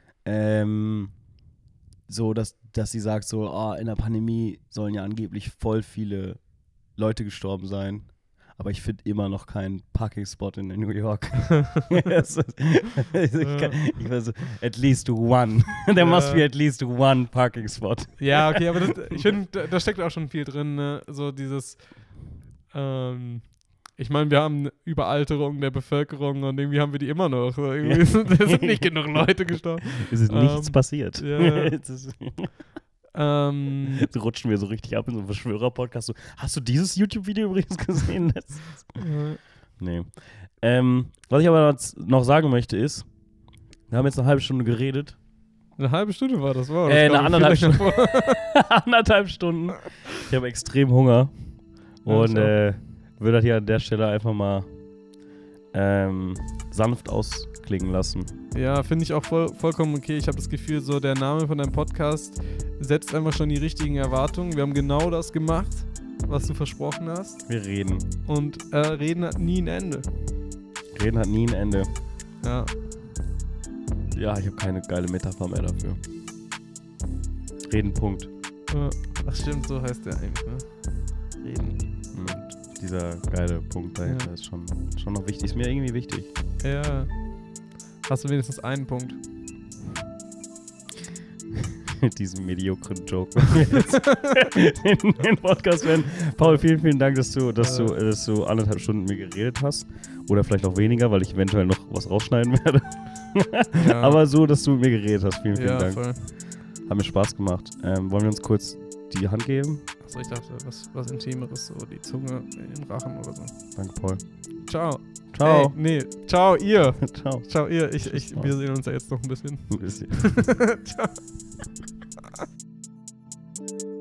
[SPEAKER 3] So, dass sie sagt so, in der Pandemie sollen ja angeblich voll viele Leute gestorben sein. Aber ich finde immer noch keinen Parking-Spot in New York. Ich weiß so, at least one. There must be at least one Parking-Spot.
[SPEAKER 1] Ja, okay, aber ich finde, da steckt auch schon viel drin, ne? So dieses, ich meine, wir haben eine Überalterung der Bevölkerung und irgendwie haben wir die immer noch. So, irgendwie sind nicht genug Leute gestorben.
[SPEAKER 3] Es ist nichts passiert.
[SPEAKER 1] Ja.
[SPEAKER 3] Jetzt rutschen wir so richtig ab in so einem Verschwörer-Podcast. So, hast du dieses YouTube-Video übrigens gesehen? Nee. Was ich aber noch sagen möchte ist, wir haben jetzt eine halbe Stunde geredet.
[SPEAKER 1] Eine halbe Stunde war das, wow.
[SPEAKER 3] Eine anderthalb Stunden. 1,5 Stunden. Ich habe extrem Hunger. Und würde das hier an der Stelle einfach mal sanft ausklingen lassen.
[SPEAKER 1] Ja, finde ich auch vollkommen okay. Ich habe das Gefühl, so der Name von deinem Podcast setzt einfach schon die richtigen Erwartungen. Wir haben genau das gemacht, was du versprochen hast.
[SPEAKER 3] Wir reden.
[SPEAKER 1] Und Reden hat nie ein Ende.
[SPEAKER 3] Reden hat nie ein Ende.
[SPEAKER 1] Ja.
[SPEAKER 3] Ja, ich habe keine geile Metapher mehr dafür. Reden, Punkt.
[SPEAKER 1] Ach stimmt, so heißt der eigentlich, ne? Reden.
[SPEAKER 3] Und dieser geile Punkt dahinter ist schon noch wichtig. Ist mir irgendwie wichtig.
[SPEAKER 1] Ja. Hast du wenigstens einen Punkt?
[SPEAKER 3] Mit diesem mediokren Joke in den Podcast werden. Paul, vielen, vielen Dank, dass du 1,5 Stunden mit mir geredet hast. Oder vielleicht auch weniger, weil ich eventuell noch was rausschneiden werde. Ja. Aber so, dass du mit mir geredet hast. Vielen, vielen Dank. Voll. Hat mir Spaß gemacht. Wollen wir uns kurz die Hand geben?
[SPEAKER 1] Achso, ich dachte, was Intimeres, so die Zunge im Rachen oder so.
[SPEAKER 3] Danke, Paul.
[SPEAKER 1] Ciao.
[SPEAKER 3] Ciao.
[SPEAKER 1] Hey, nee, ciao ihr.
[SPEAKER 3] Ciao.
[SPEAKER 1] Ciao ihr. Wir sehen uns ja jetzt noch ein bisschen.
[SPEAKER 3] Ein bisschen.
[SPEAKER 1] Ciao.